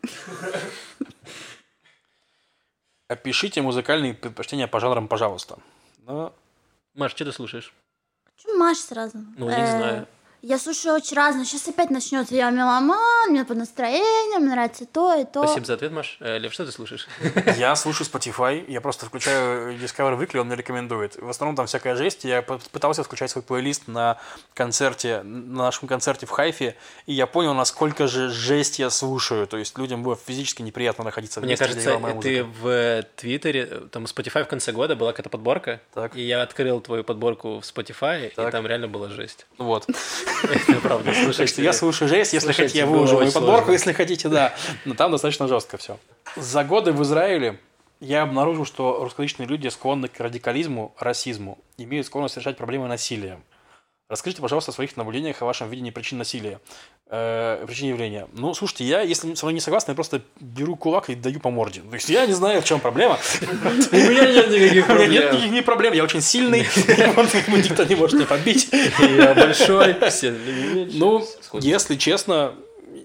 Опишите музыкальные предпочтения по жанрам, пожалуйста. Ну, Маш, что ты слушаешь? Почему Маш сразу? Ну, не Э, знаю. Я слушаю очень разное. Сейчас опять начнется. Я меломан, мне по настроению, мне нравится то и то. Спасибо за ответ, Маш. Э, Лев, что ты слушаешь? я слушаю Spotify, я просто включаю Discover Weekly, он мне рекомендует. В основном там всякая жесть. Я п- пытался включать свой плейлист на концерте, на нашем концерте в Хайфе, и я понял, насколько же жесть я слушаю. То есть людям было физически неприятно находиться Мне вместе, где кажется, играла моя ты музыка. в Твиттере, там Spotify в конце года была какая-то подборка, Так. и я открыл твою подборку в Spotify, и Так. там реально была жесть. Вот. Это правда, Так слушайте. что я слушаю жесть, если слушайте, хотите, я было выложу мою очень подборку, сложно. если хотите, да. Но там достаточно жестко все. За годы в Израиле я обнаружил, что русскоязычные люди склонны к радикализму, расизму, имеют склонность решать проблемы насилием. Расскажите, пожалуйста, о своих наблюдениях о вашем видении причин насилия, э, причин явления. Ну, слушайте, я, если со мной не согласны, я просто беру кулак и даю по морде. То есть я не знаю, в чем проблема. У меня нет никаких проблем. Нет никаких проблем, я очень сильный, никто не может меня побить. Я большой, все. Ну, если честно,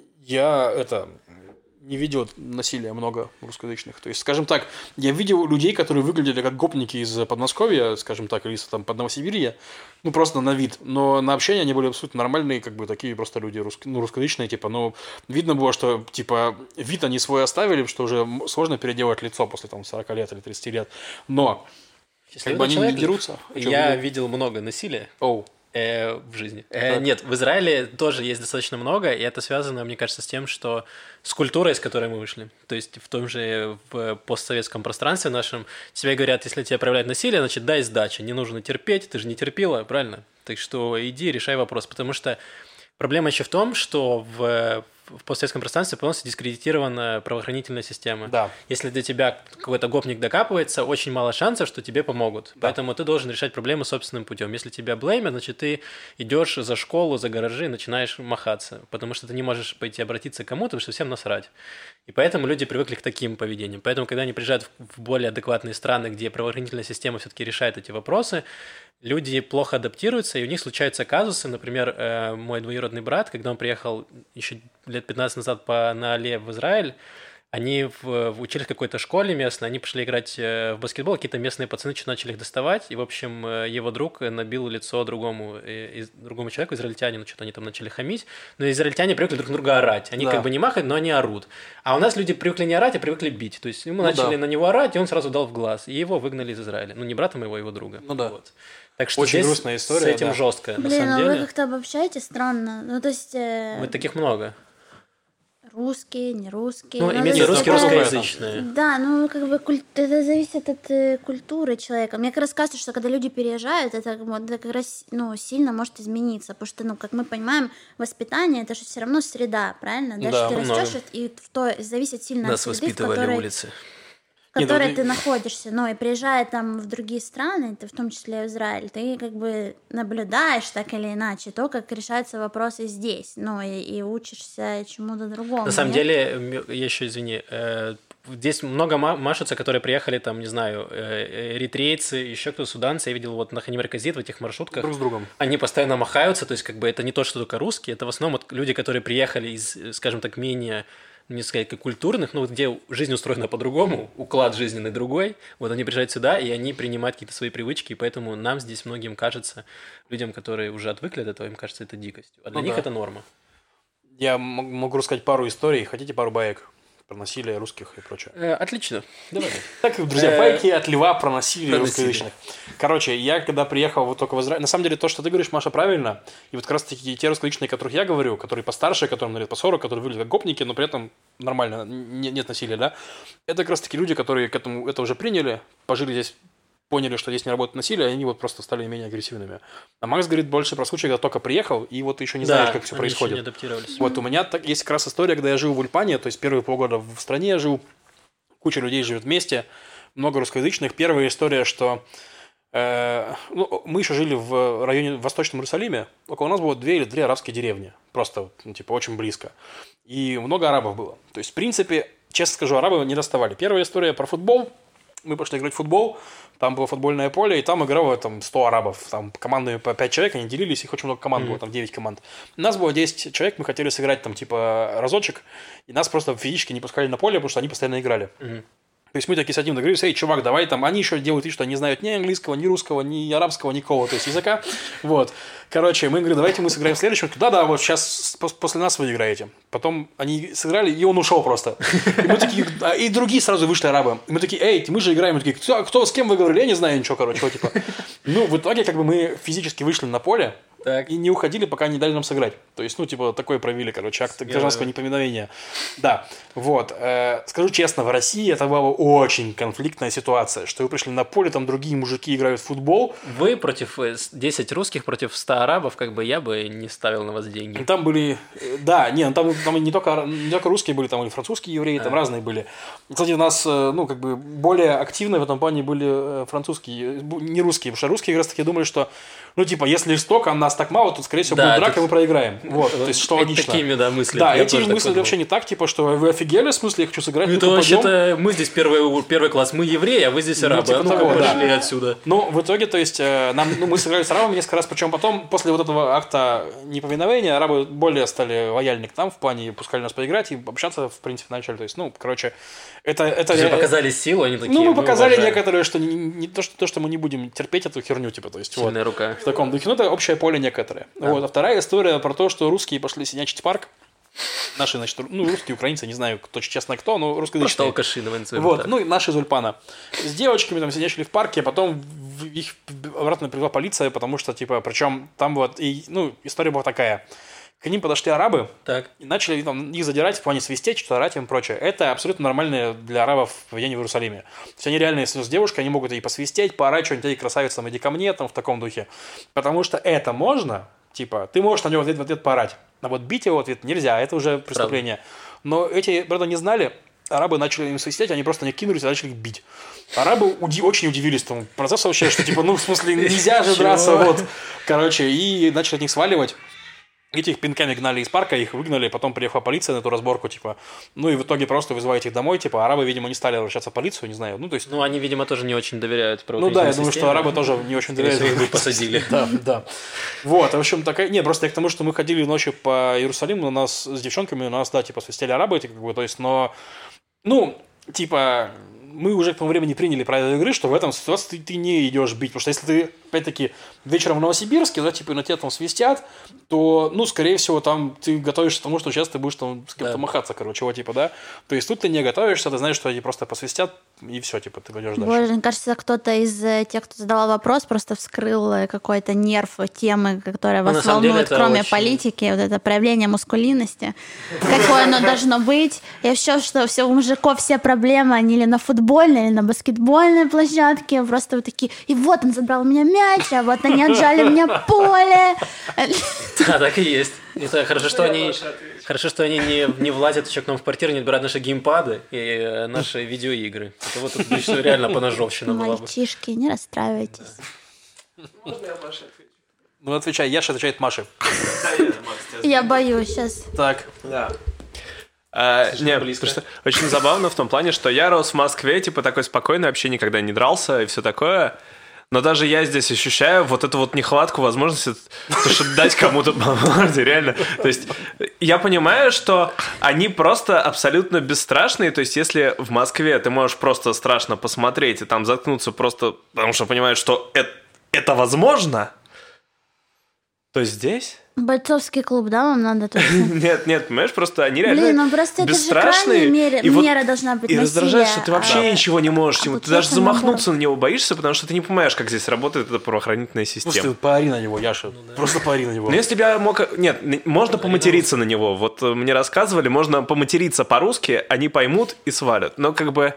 я это... не видел насилия много русскоязычных. То есть, скажем так, я видел людей, которые выглядели как гопники из Подмосковья, скажем так, или из там, под Новосибирья, ну, просто на вид. Но на общение они были абсолютно нормальные, как бы такие просто люди рус... ну, русскоязычные, типа, ну, видно было, что, типа, вид они свой оставили, что уже сложно переделать лицо после, там, сорок лет или тридцать лет. Но, как бы они не дерутся. Я видел много насилия. Оу. Э, в жизни. Э, нет, в Израиле тоже есть достаточно много, и это связано, мне кажется, с тем, что с культурой, с которой мы вышли. То есть в том же в постсоветском пространстве нашем тебе говорят, если тебе проявляют насилие, значит, дай сдачи, не нужно терпеть, ты же не терпила, правильно? Так что иди, решай вопрос, потому что проблема еще в том, что в в постсоветском пространстве полностью дискредитирована правоохранительная система. Да. Если до тебя какой-то гопник докапывается, очень мало шансов, что тебе помогут. Да. Поэтому ты должен решать проблемы собственным путем. Если тебя блеймят, значит, ты идешь за школу, за гаражи и начинаешь махаться, потому что ты не можешь пойти обратиться к кому-то, потому что всем насрать. И поэтому люди привыкли к таким поведениям. Поэтому, когда они приезжают в более адекватные страны, где правоохранительная система все-таки решает эти вопросы, люди плохо адаптируются, и у них случаются казусы. Например, э, мой двоюродный брат, когда он приехал еще лет пятнадцать назад по Наале в Израиль, они в, в учились в какой-то школе местной, они пошли играть в баскетбол, какие-то местные пацаны что-то начали их доставать, и, в общем, его друг набил лицо другому, и, другому человеку, израильтянину, что-то они там начали хамить, но израильтяне привыкли друг на друга орать, они да. как бы не махают, но они орут, а у нас люди привыкли не орать, а привыкли бить, то есть ему ну, начали да. на него орать, и он сразу дал в глаз, и его выгнали из Израиля, ну не брата моего, его друга. Ну да. Вот. Так что очень здесь грустная история, с этим да. жестко, Блин, на самом а деле. вы как-то обобщаете странно, ну то есть... Э... Мы таких много. Русские, не русские. Ну, именно русские, русскоязычные. Да, ну, как бы куль... это зависит от э, культуры человека. Мне как раз кажется, что когда люди переезжают, это, это как раз ну, сильно может измениться, потому что, ну, как мы понимаем, воспитание — это же все равно среда, правильно? Дальше да, ты растешь, и то зависит сильно Нас от среды, в которой... улицы. в которой Нет, ты ну, находишься, ну, и приезжая там в другие страны, ты, в том числе в Израиль, ты как бы наблюдаешь так или иначе то, как решаются вопросы здесь, ну, и, и учишься чему-то другому. На самом нет? деле, я еще, извини, э, здесь много машутся, которые приехали, там, не знаю, э, эритрейцы, еще кто-то, суданцы, я видел вот на Ханимер Казит в этих маршрутках. Друг с другом. Они постоянно махаются, то есть, как бы, это не то, что только русские, это в основном вот люди, которые приехали из, скажем так, менее... не сказать, как культурных, но вот где жизнь устроена по-другому, уклад жизненный другой, вот они приезжают сюда, и они принимают какие-то свои привычки, и поэтому нам здесь многим кажется, людям, которые уже отвыкли от этого, им кажется это дикостью, а для ну них да. это норма. Я могу рассказать пару историй, хотите пару баек про насилие русских и прочее? Э, отлично, давай. Так, друзья, байки от Льва про насилие русскоязычных. Короче, я когда приехал вот только в Израиль, на самом деле то, что ты говоришь, Маша, правильно, и вот как раз таки те русскоязычные, о которых я говорю, которые постарше, которым на лет по сорок, которые выглядят как гопники, но при этом нормально, нет насилия, да, это как раз таки люди, которые к этому это уже приняли, пожили здесь, поняли, что здесь не работает насилие, и они вот просто стали менее агрессивными. А Макс говорит больше про случай, когда только приехал, и вот ты еще не да, знаешь, как все они происходит. Еще не адаптировались. Вот у меня так, есть как раз история, когда я жил в Ульпане, то есть первые полгода в стране я жил, куча людей живет вместе, много русскоязычных. Первая история, что э, ну, мы еще жили в районе в Восточном Иерусалиме, около нас было две или три арабские деревни, просто, ну, типа, очень близко. И много арабов было. То есть, в принципе, честно скажу, арабы не доставали. Первая история про футбол. Мы пошли играть в футбол, там было футбольное поле, и там играло там, сто арабов, там командами по пять человек, они делились, их очень много команд mm-hmm. было, там девять команд. У нас было десять человек, мы хотели сыграть там типа разочек, и нас просто физически не пускали на поле, потому что они постоянно играли. Mm-hmm. То есть мы такие с одним договорились, эй, чувак, давай там, они еще делают вид, что они не знают ни английского, ни русского, ни арабского, никакого, то есть языка, вот. Короче, мы говорим, давайте мы сыграем в следующем, да-да, вот сейчас после нас вы играете. Потом они сыграли, и он ушел просто. И мы такие, и другие сразу вышли арабы. И мы такие, эй, мы же играем, мы такие, кто, кто с кем вы говорили, я не знаю ничего, короче, вот, типа. Ну, в итоге, как бы мы физически вышли на поле, так. и не уходили, пока не дали нам сыграть. То есть, ну, типа, такой проявили, короче, акт гражданского неповиновения. Да, вот. Э, скажу честно, в России это была очень конфликтная ситуация, что вы пришли на поле, там другие мужики играют в футбол. Вы против десять русских, против ста арабов, как бы я бы не ставил на вас деньги. Там были, да, не, там, там не, только, не только русские были, там и французские евреи, там а. разные были. Кстати, у нас, ну, как бы, более активно в этом плане были французские, не русские, потому что русские как раз таки думали, что, ну, типа, если столько, а нас так мало, то, скорее всего, да, будет драка, и мы проиграем. Вот, то есть, что логично. Такими, да, мыслями. Да, эти мысли вообще не так, типа, что вы офигели, в смысле, я хочу сыграть, это вообще-то мы здесь первый, первый класс, мы евреи, а вы здесь арабы, ну, типа, а ну-ка пошли да. отсюда. Ну, в итоге, то есть, нам, ну, мы сыграли с арабами несколько раз, причем потом, после вот этого акта неповиновения, арабы более стали лояльны к нам в плане, пускали нас поиграть и общаться, в принципе, начали. То есть, ну, короче, это... это Вы показали силу, они такие, ну, мы показали уважаем. Некоторые, что не, не то, что, то, что мы не будем терпеть эту херню, типа, то есть, сильная вот, рука. В таком духе. Ну, это общее поле некоторые. Да. Вот. А вторая история про то, что русские пошли синячить парк. Наши, значит, ну, русские, украинцы, не знаю, кто честно кто, но русскоязычные. Алкаши, вот, ну, и наши из Ульпана. С девочками там сидячили в парке, а потом их обратно привела полиция, потому что, типа, причем там вот, и, ну, история была такая. К ним подошли арабы так. и начали там, их задирать в плане свистеть, что орать им и прочее. Это абсолютно нормальное для арабов поведение в Иерусалиме. То есть они реально, если с девушкой, они могут ей посвистеть, поорать что-нибудь, ей красавица, иди ко мне, там, в таком духе. Потому что это можно, типа, ты можешь на него в ответ, в ответ поорать. А вот бить его в ответ нельзя, это уже преступление. Правда. Но эти, правда, не знали, арабы начали им свистеть, они просто не кинулись и начали их бить. Арабы уди- очень удивились тому процессу вообще, что типа, ну, в смысле, нельзя же драться, вот. Короче, и начали от них сваливать. Этих пинками гнали из парка, их выгнали, потом приехала полиция на эту разборку, типа, ну и в итоге просто вызывают их домой, типа, арабы, видимо, не стали обращаться в полицию, не знаю, ну то есть... Ну, они, видимо, тоже не очень доверяют правоохранительной системе. Ну да, я думаю, что арабы тоже не очень доверяют. Их бы посадили. Да, да. Вот, в общем, такая... Не, просто я к тому, что мы ходили ночью по Иерусалиму, у нас с девчонками, у нас, да, типа, свистели арабы, как бы, то есть, но... Ну, типа... Мы уже к тому времени приняли правила игры, что в этом ситуации ты, ты не идешь бить. Потому что если ты, опять-таки, вечером в Новосибирске, да, типа, на тебя там свистят, то, ну, скорее всего, там ты готовишься к тому, что сейчас ты будешь там с кем-то да. махаться, короче, вот, типа, да. То есть тут ты не готовишься, ты знаешь, что они просто посвистят, и все, типа, ты пойдешь дальше. Боже, мне кажется, кто-то из тех, кто задавал вопрос, просто вскрыл какой-то нерв темы, которая вас ну, волнует, кроме очень... политики, вот это проявление мускулинности. Какое оно должно быть. И все, что все у мужиков все проблемы, они или на футболе, или на баскетбольной площадке, просто вот такие, и вот он забрал у меня мяч, а вот они отжали у меня поле. Да, так и есть. Это хорошо, что они, хорошо, что они не, не влазят еще к нам в квартиру, не отбирают наши геймпады и наши видеоигры. Это вот тут что реально поножовщина была бы. Мальчишки, не расстраивайтесь. Можно я Маше отвечу? Ну, отвечай. Яша отвечает Маше. Я боюсь сейчас. Так. Да. А, не, потому что очень забавно в том плане, что я рос в Москве, типа такой спокойный, вообще никогда не дрался и все такое. Но даже я здесь ощущаю вот эту вот нехватку возможности, то, чтобы дать кому-то по морде, реально. То есть я понимаю, что они просто абсолютно бесстрашные. То есть если в Москве ты можешь просто страшно посмотреть и там заткнуться просто, потому что понимаешь, что это, это возможно, то здесь... Бойцовский клуб, да, вам надо точно? Нет, нет, понимаешь, просто они реально Блин, ну просто бесстрашные. Это же крайняя мера, вот, мера должна быть и насилие. раздражает, что ты вообще а, ничего не можешь. а ты даже замахнуться наоборот. на него боишься, потому что ты не понимаешь, как здесь работает эта правоохранительная система. Просто поори на него, Яша. Ну, да. Просто поори на него. Ну, если бы я мог... Нет, можно ну, поматериться на него. Вот мне рассказывали, можно поматериться по-русски, они поймут и свалят. Но как бы...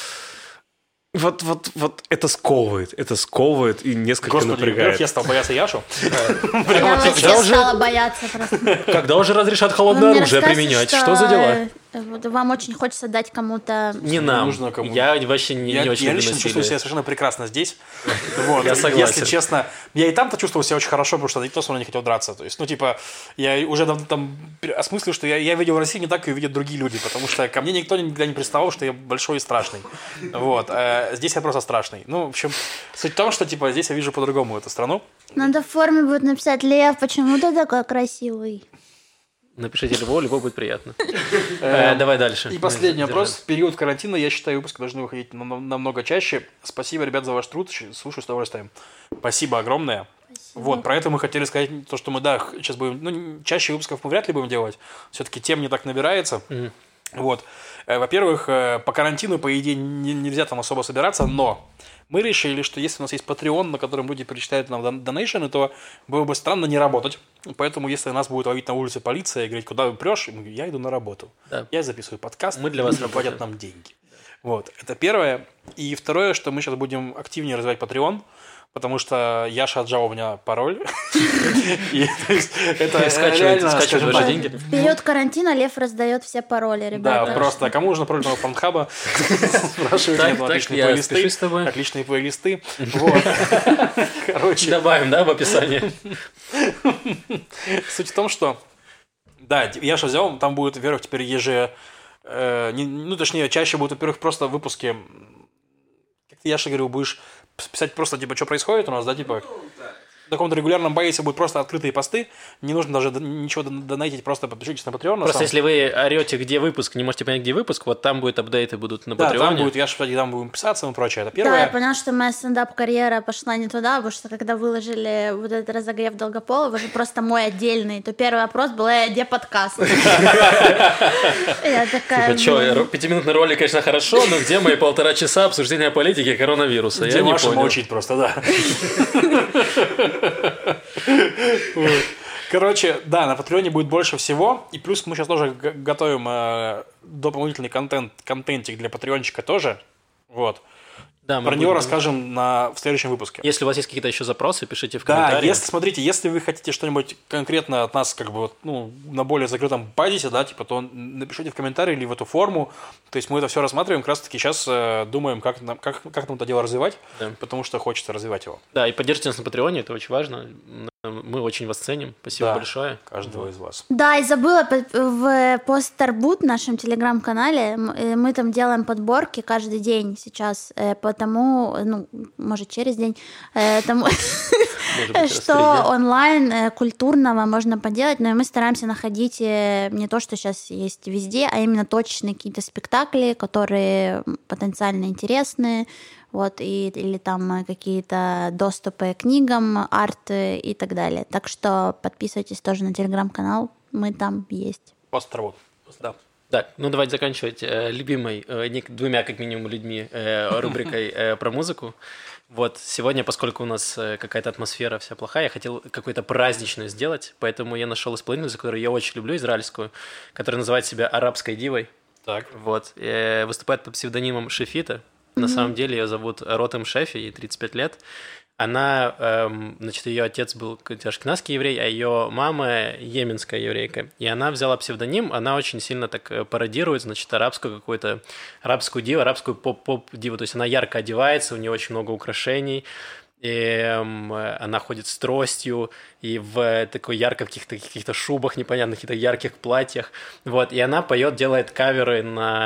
Вот, вот, вот это сковывает, это сковывает и несколько Господи, напрягает. Я стал бояться Яшу. Я вообще стала бояться просто. Когда уже разрешат холодное оружие применять? Что за дела? Вам очень хочется дать кому-то... Не нам. Я вообще не очень люблю насилие. Я лично чувствую себя совершенно прекрасно здесь. Я согласен. Если честно, я и там-то чувствовал себя очень хорошо, потому что никто со мной не хотел драться. То есть, ну, типа, я уже там осмыслил, что я видел в России не так, как видят другие люди, потому что ко мне никто никогда не приставал, что я большой и страшный. Вот. Здесь я просто страшный. Ну, в общем, суть в том, что, типа, здесь я вижу по-другому эту страну. Надо в форме будет написать: Лев, почему ты такой красивый? Напишите Льву, Льву будет приятно. Давай дальше. И последний вопрос. В период карантина, я считаю, выпуски должны выходить намного чаще. Спасибо, ребят, за ваш труд. Слушаю с удовольствием. Спасибо огромное. Вот, про это мы хотели сказать, то, что мы, да, сейчас будем, ну, чаще выпусков мы вряд ли будем делать. Все-таки тем не так набирается. Вот. Во-первых, по карантину, по идее, нельзя там особо собираться, но мы решили, что если у нас есть Patreon, на котором люди перечисляют нам донейшены, то было бы странно не работать. Поэтому, если нас будет ловить на улице полиция и говорить, куда вы прешь, я иду на работу. Да. Я записываю подкаст, мы для вас платят нам деньги. Вот, это первое. И второе, что мы сейчас будем активнее развивать Patreon, потому что Яша отжал у меня пароль. Это скачивает ваши деньги. В период карантина Лев раздает все пароли, ребята. Да, просто кому нужно пароль нового Pornhub? Спрашивайте, отличные плейлисты. Отличные плейлисты. Короче. Добавим, да, в описании. Суть в том, что да, Яша взял, там будет, во-первых, теперь еже... Ну, точнее, чаще будут, во-первых, просто выпуски. Как ты, Яша, говорил, будешь писать просто, типа, что происходит у нас, да, типа... В каком-то регулярном базе будут просто открытые посты, не нужно даже ничего донатить, просто подпишитесь на Patreon. Просто если вы орете, где выпуск, не можете понять, где выпуск, вот там будет апдейты будут на Patreon. Да, там будет, я же, там будем писаться и прочее, это первое. Да, я поняла, что моя стендап-карьера пошла не туда, потому что когда выложили вот этот разогрев Долгополова, же просто мой отдельный, то первый вопрос был, э, где подкаст? Я такая... Типа, что, пятиминутный ролик, конечно, хорошо, но где мои полтора часа обсуждения политики и коронавируса? Где Маша молчит просто, да. Короче, да, на Патреоне будет больше всего. И плюс мы сейчас тоже готовим э, дополнительный контент, контентик для патреончика тоже. Вот. Да, Про него расскажем на, в следующем выпуске. Если у вас есть какие-то еще запросы, пишите в комментариях. Да, если, смотрите, если вы хотите что-нибудь конкретно от нас, как бы, вот, ну, на более закрытом базисе, да, типа, то напишите в комментарии или в эту форму. То есть мы это все рассматриваем, как раз таки сейчас э, думаем, как нам, как, как нам это дело развивать, да. Потому что хочется развивать его. Да, и поддержите нас на Патреоне, это очень важно. Мы очень вас ценим. Спасибо да, большое. Каждого вот. из вас. Да, и забыла, в Постарбут, нашем телеграм-канале, мы там делаем подборки каждый день сейчас, потому, ну, может, через день, тому, что онлайн культурного можно поделать, но мы стараемся находить не то, что сейчас есть везде, а именно точные какие-то спектакли, которые потенциально интересные, вот, и, или там какие-то доступы к книгам, арт и так далее. Так что подписывайтесь тоже на телеграм-канал, мы там есть. Постарбут, да. Так, ну давайте заканчивать э, любимой, э, двумя как минимум людьми э, рубрикой э, про музыку. Вот, сегодня, поскольку у нас э, какая-то атмосфера вся плохая, я хотел какую-то праздничную сделать, поэтому я нашел исполнительницу, которую я очень люблю, израильскую, которая называет себя арабской дивой. Так. Вот, э, выступает под псевдонимом Шефита. На mm-hmm. самом деле ее зовут Ротем Шефи, ей тридцать пять лет. Она, эм, значит, ее отец был ашкеназский еврей, а ее мама йеменская еврейка. И она взяла псевдоним, она очень сильно так пародирует, значит, арабскую какую-то, арабскую диву, арабскую поп-поп-диву. То есть она ярко одевается, у нее очень много украшений. И эм, она ходит с тростью и в такой ярко каких-то, каких-то шубах непонятных, каких-то ярких платьях. Вот. И она поет, делает каверы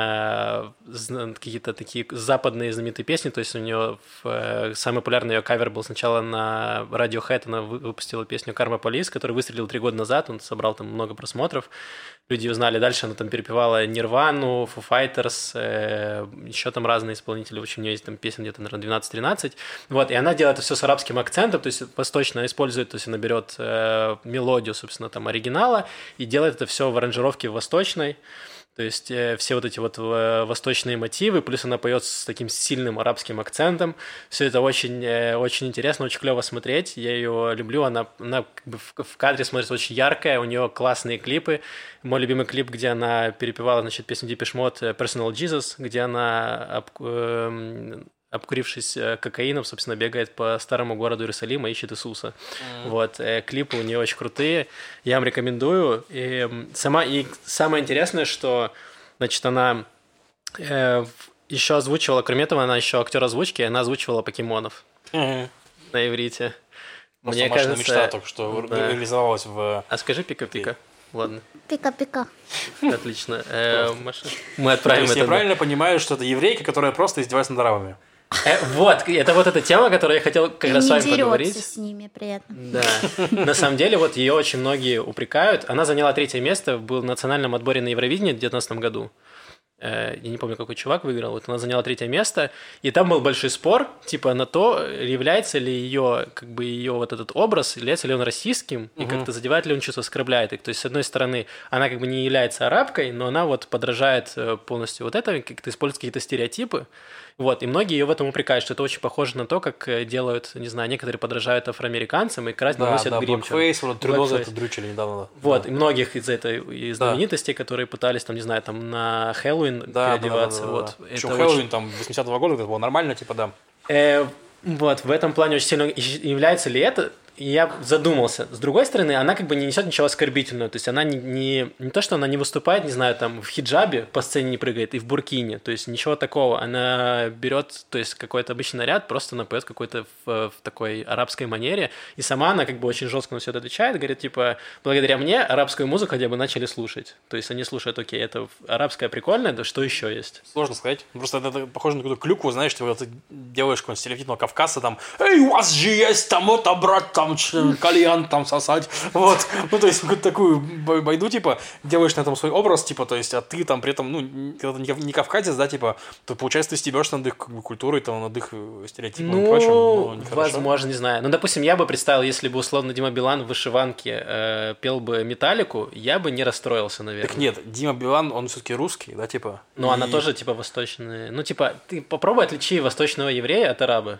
на какие-то такие западные знаменитые песни. То есть у нее в... самый популярный ее кавер был сначала на Radiohead. Она выпустила песню «Karma Police», который выстрелил три года назад. Он собрал там много просмотров. Люди узнали. Дальше она там перепевала Нирвану, Foo Fighters, э, еще там разные исполнители. В общем, у нее есть там песен где-то, наверное, двенадцать-тринадцать. Вот, и она делает это все с арабским акцентом, то есть восточно использует, то есть она берет э, мелодию, собственно, там оригинала и делает это все в аранжировке восточной. То есть э, все вот эти вот э, восточные мотивы, плюс она поет с таким сильным арабским акцентом. Все это очень, э, очень интересно, очень клево смотреть. Я ее люблю, она, она как бы в, в кадре смотрится очень яркая, у нее классные клипы. Мой любимый клип, где она перепевала, значит, песню Depeche Mode «Personal Jesus», где она об, э, обкурившись кокаином, собственно, бегает по старому городу Иерусалима, ищет Иисуса. Mm. Вот, э, клипы у нее очень крутые, я вам рекомендую. И, сама, и самое интересное, что, значит, она э, еще озвучивала, кроме этого, она еще актер озвучки, она озвучивала покемонов mm-hmm. на иврите. Мне кажется, мечта только что да. реализовалась в... А скажи пика-пика. Ладно. Пика-пика. Отлично. Э, Маша, мы отправим это. Я правильно понимаю, что это еврейка, которая просто издевается над арабами. Э, вот, это вот эта тема, которую я хотел как раз с вами поговорить. с ними при этом. Да. На самом деле, вот ее очень многие упрекают. Она заняла третье место, был в национальном отборе на Евровидении в две тысячи девятнадцатом году. я не помню, какой чувак выиграл, вот она заняла третье место, и там был большой спор, типа, на то, является ли ее, как бы, ее вот этот образ, является ли он российским, и как-то задевает ли он что-то, оскорбляет их. То есть, с одной стороны, она как бы не является арабкой, но она вот подражает полностью вот это, как-то использует какие-то стереотипы. Вот, и многие ее в этом упрекают, что это очень похоже на то, как делают, не знаю, некоторые подражают афроамериканцам и красят, да, носят да, грим. Blackface, вот Трюдо за это дрючили недавно. Вот, да. И многих из этой знаменитостей, да. которые пытались, там, не знаю, там на Хэллоуин да, переодеваться. Да, да, да, вот. да. Причем Хэллоуин очень... там восьмидесятого года, это было нормально, типа, да. Э, вот, в этом плане очень сильно является ли это... И я задумался. С другой стороны, она как бы не несет ничего оскорбительного. То есть она не, не, не то, что она не выступает, не знаю, там в хиджабе по сцене не прыгает и в буркине. То есть ничего такого. Она берет, то есть какой-то обычный наряд, просто она поет какой-то в, в такой арабской манере. И сама она как бы очень жестко на все это отвечает. Говорит, типа, благодаря мне арабскую музыку хотя бы начали слушать. То есть они слушают, окей, это арабская прикольная, да что еще есть? Сложно сказать. Просто это, это похоже на какую-то клюкву, знаешь, ты, ты делаешь какого-нибудь стереотипного кавказца, там, эй, у вас же есть там это, брат, там, кальян там сосать, вот, ну, то есть, такую байду, типа, делаешь на этом свой образ, типа, то есть, а ты там при этом, ну, когда ты не кавказец, да, типа, то, получается, ты стебешь над их культурой, там, над их стереотипами ну, и прочим, ну, возможно, не знаю, ну, допустим, я бы представил, если бы, условно, Дима Билан в вышиванке э, пел бы «Металлику», я бы не расстроился, наверное. Так нет, Дима Билан, он все-таки русский, да, типа. Ну, и... она тоже, типа, восточная, ну, типа, ты попробуй отличи восточного еврея от араба.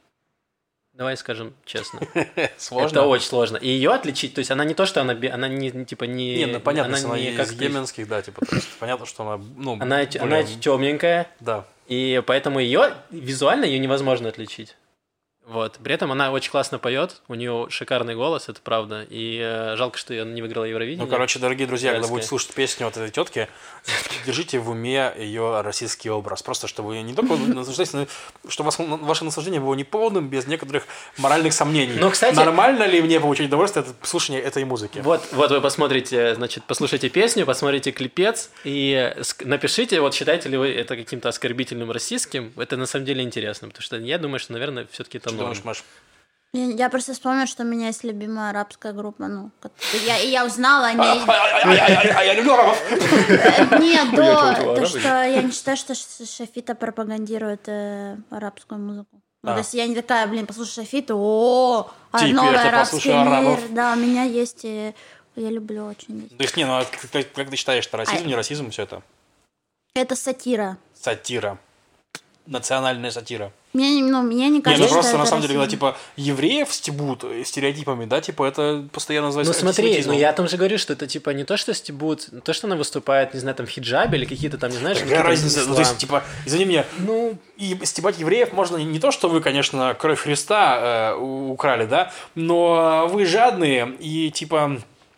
Давай скажем честно. Сложно. Это очень сложно. И ее отличить, то есть она не то, что она, она не, типа, не... Не, ну понятно, она, она не из как йеменских, да, типа, то есть понятно, что она, ну... Она, более... она темненькая, да. И поэтому ее, визуально ее невозможно отличить. Вот. При этом она очень классно поет, у нее шикарный голос, это правда. И э, жалко, что она не выиграла Евровидение. Ну, короче, дорогие друзья, Израильская. когда будете слушать песню от этой тетки, держите в уме ее российский образ. Просто чтобы не только наслаждались, но чтобы ваше наслаждение было не полным, без некоторых моральных сомнений. Но, кстати, нормально ли мне получить удовольствие от слушания этой музыки? Вот, вот вы посмотрите, значит, послушайте песню, посмотрите клипец и напишите, вот считаете ли вы это каким-то оскорбительным российским. Это на самом деле интересно, потому что я думаю, что, наверное, все-таки это Что думаешь, Маш? Я, я просто вспомнила, что у меня есть любимая арабская группа, ну, я, и я узнала о ней. А я люблю арабов! Нет, до, то, что я не считаю, что Шафита пропагандирует арабскую музыку. То есть я не такая, блин, послушай Шафиту, о, новый арабский мир. Да, у меня есть, я люблю очень. То есть, не, ну, как ты считаешь, что расизм, не расизм, все это? Это сатира. Сатира. Национальная сатира. Мне, ну, мне не кажется, не, ну просто что на это самом деле, когда расизм. типа евреев стебут стереотипами, да, типа это постоянно называется. Ну смотри, ну я о том же говорю, что это типа не то, что стебут, то, что она выступает, не знаю, там в хиджабе или какие-то там, не знаешь, какая разница, ну, то есть, типа, извини меня, ну и стебать евреев можно не то, что вы, конечно, кровь Христа э, украли, да, но вы жадные и типа.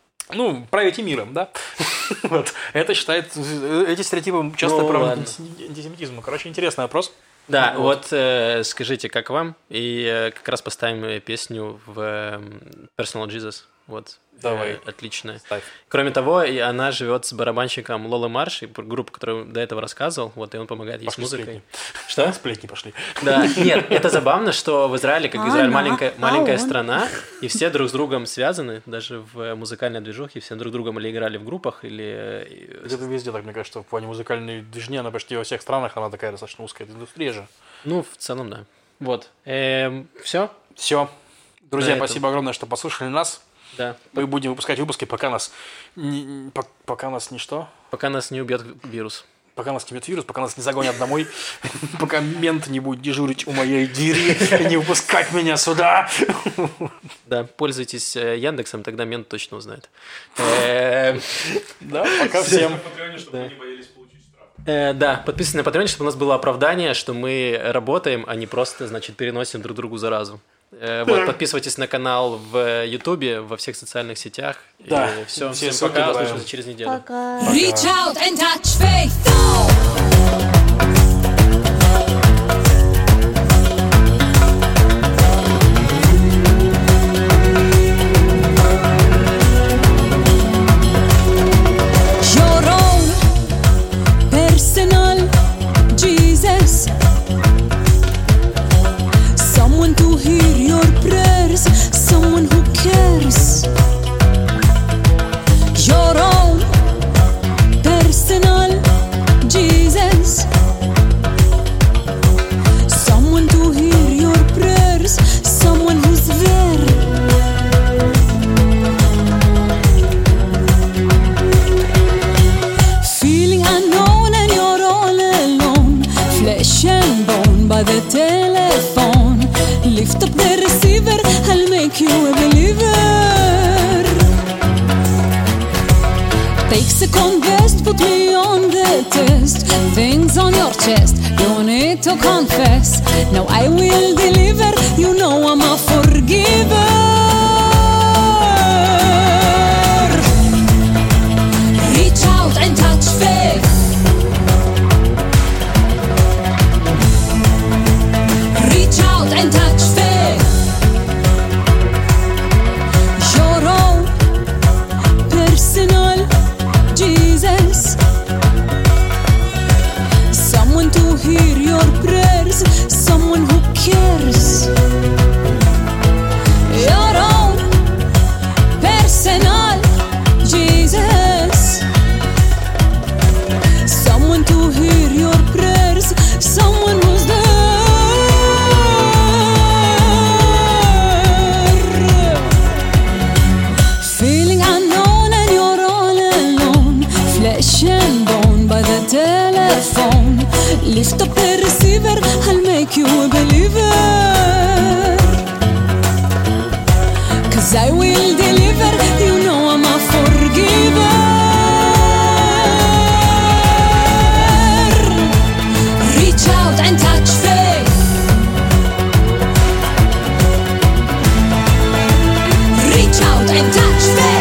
Ну, правите миром, да? Вот. Это считает... Эти стереотипы часто ну, правят антисемитизм. Короче, интересный вопрос. Да, вот, вот э, скажите, как вам? И э, как раз поставим песню в э, Personal Jesus. Вот. Давай. Э, отлично. Ставь. Кроме того, и она живет с барабанщиком Лолы Марш, группа, которую до этого рассказывал, вот, и он помогает ей с музыкой. Сплетни. Что? Сплетни пошли. Да, нет, это забавно, что в Израиле, как А, Израиль да. маленькая, А маленькая он? страна, и все друг с другом связаны, даже в музыкальной движухе, все друг с другом или играли в группах, или... Это везде так, мне кажется, в плане музыкальной движни, она почти во всех странах, она такая достаточно узкая индустрия же. Ну, в целом, да. Вот. Эм, все? Все. Друзья, На этом. спасибо огромное, что послушали нас. Да. Мы будем выпускать выпуски, пока нас не, по- пока нас не что? Пока нас не убьет вирус. Пока нас не бьет вирус, пока нас не загонят домой, пока мент не будет дежурить у моей двери и не выпускать меня сюда. Да, пользуйтесь э, Яндексом, тогда мент точно узнает. Эм, Да, пока всем. э, Да, подписывайтесь на Patreon, чтобы у нас было оправдание, что мы работаем, а не просто, значит, переносим друг другу заразу. Э, Вот, подписывайтесь на канал в Ютубе, во всех социальных сетях. Да, И все, все всем ссылки пока, добавим. услышимся через неделю. Пока. Reach out and touch faith. Your own personal Jesus. Someone to hear your prayers, someone who cares. Your own personal Jesus. Take second best, put me on the test. Things on your chest, you need to confess. Now I will deliver, you know I'm a forgiver. Reach out and touch faith. Reach out and touch faith. Your own personal Jesus. Someone to hear your prayers, someone who cares. Your own personal Jesus. Someone to hear your prayers, someone who's there. Feeling unknown and you're all alone, flesh and bone by the telephone. Lift up the receiver, I'll make you a believer. Cause I will deliver, you know I'm a forgiver. Reach out and touch faith. Reach out and touch faith.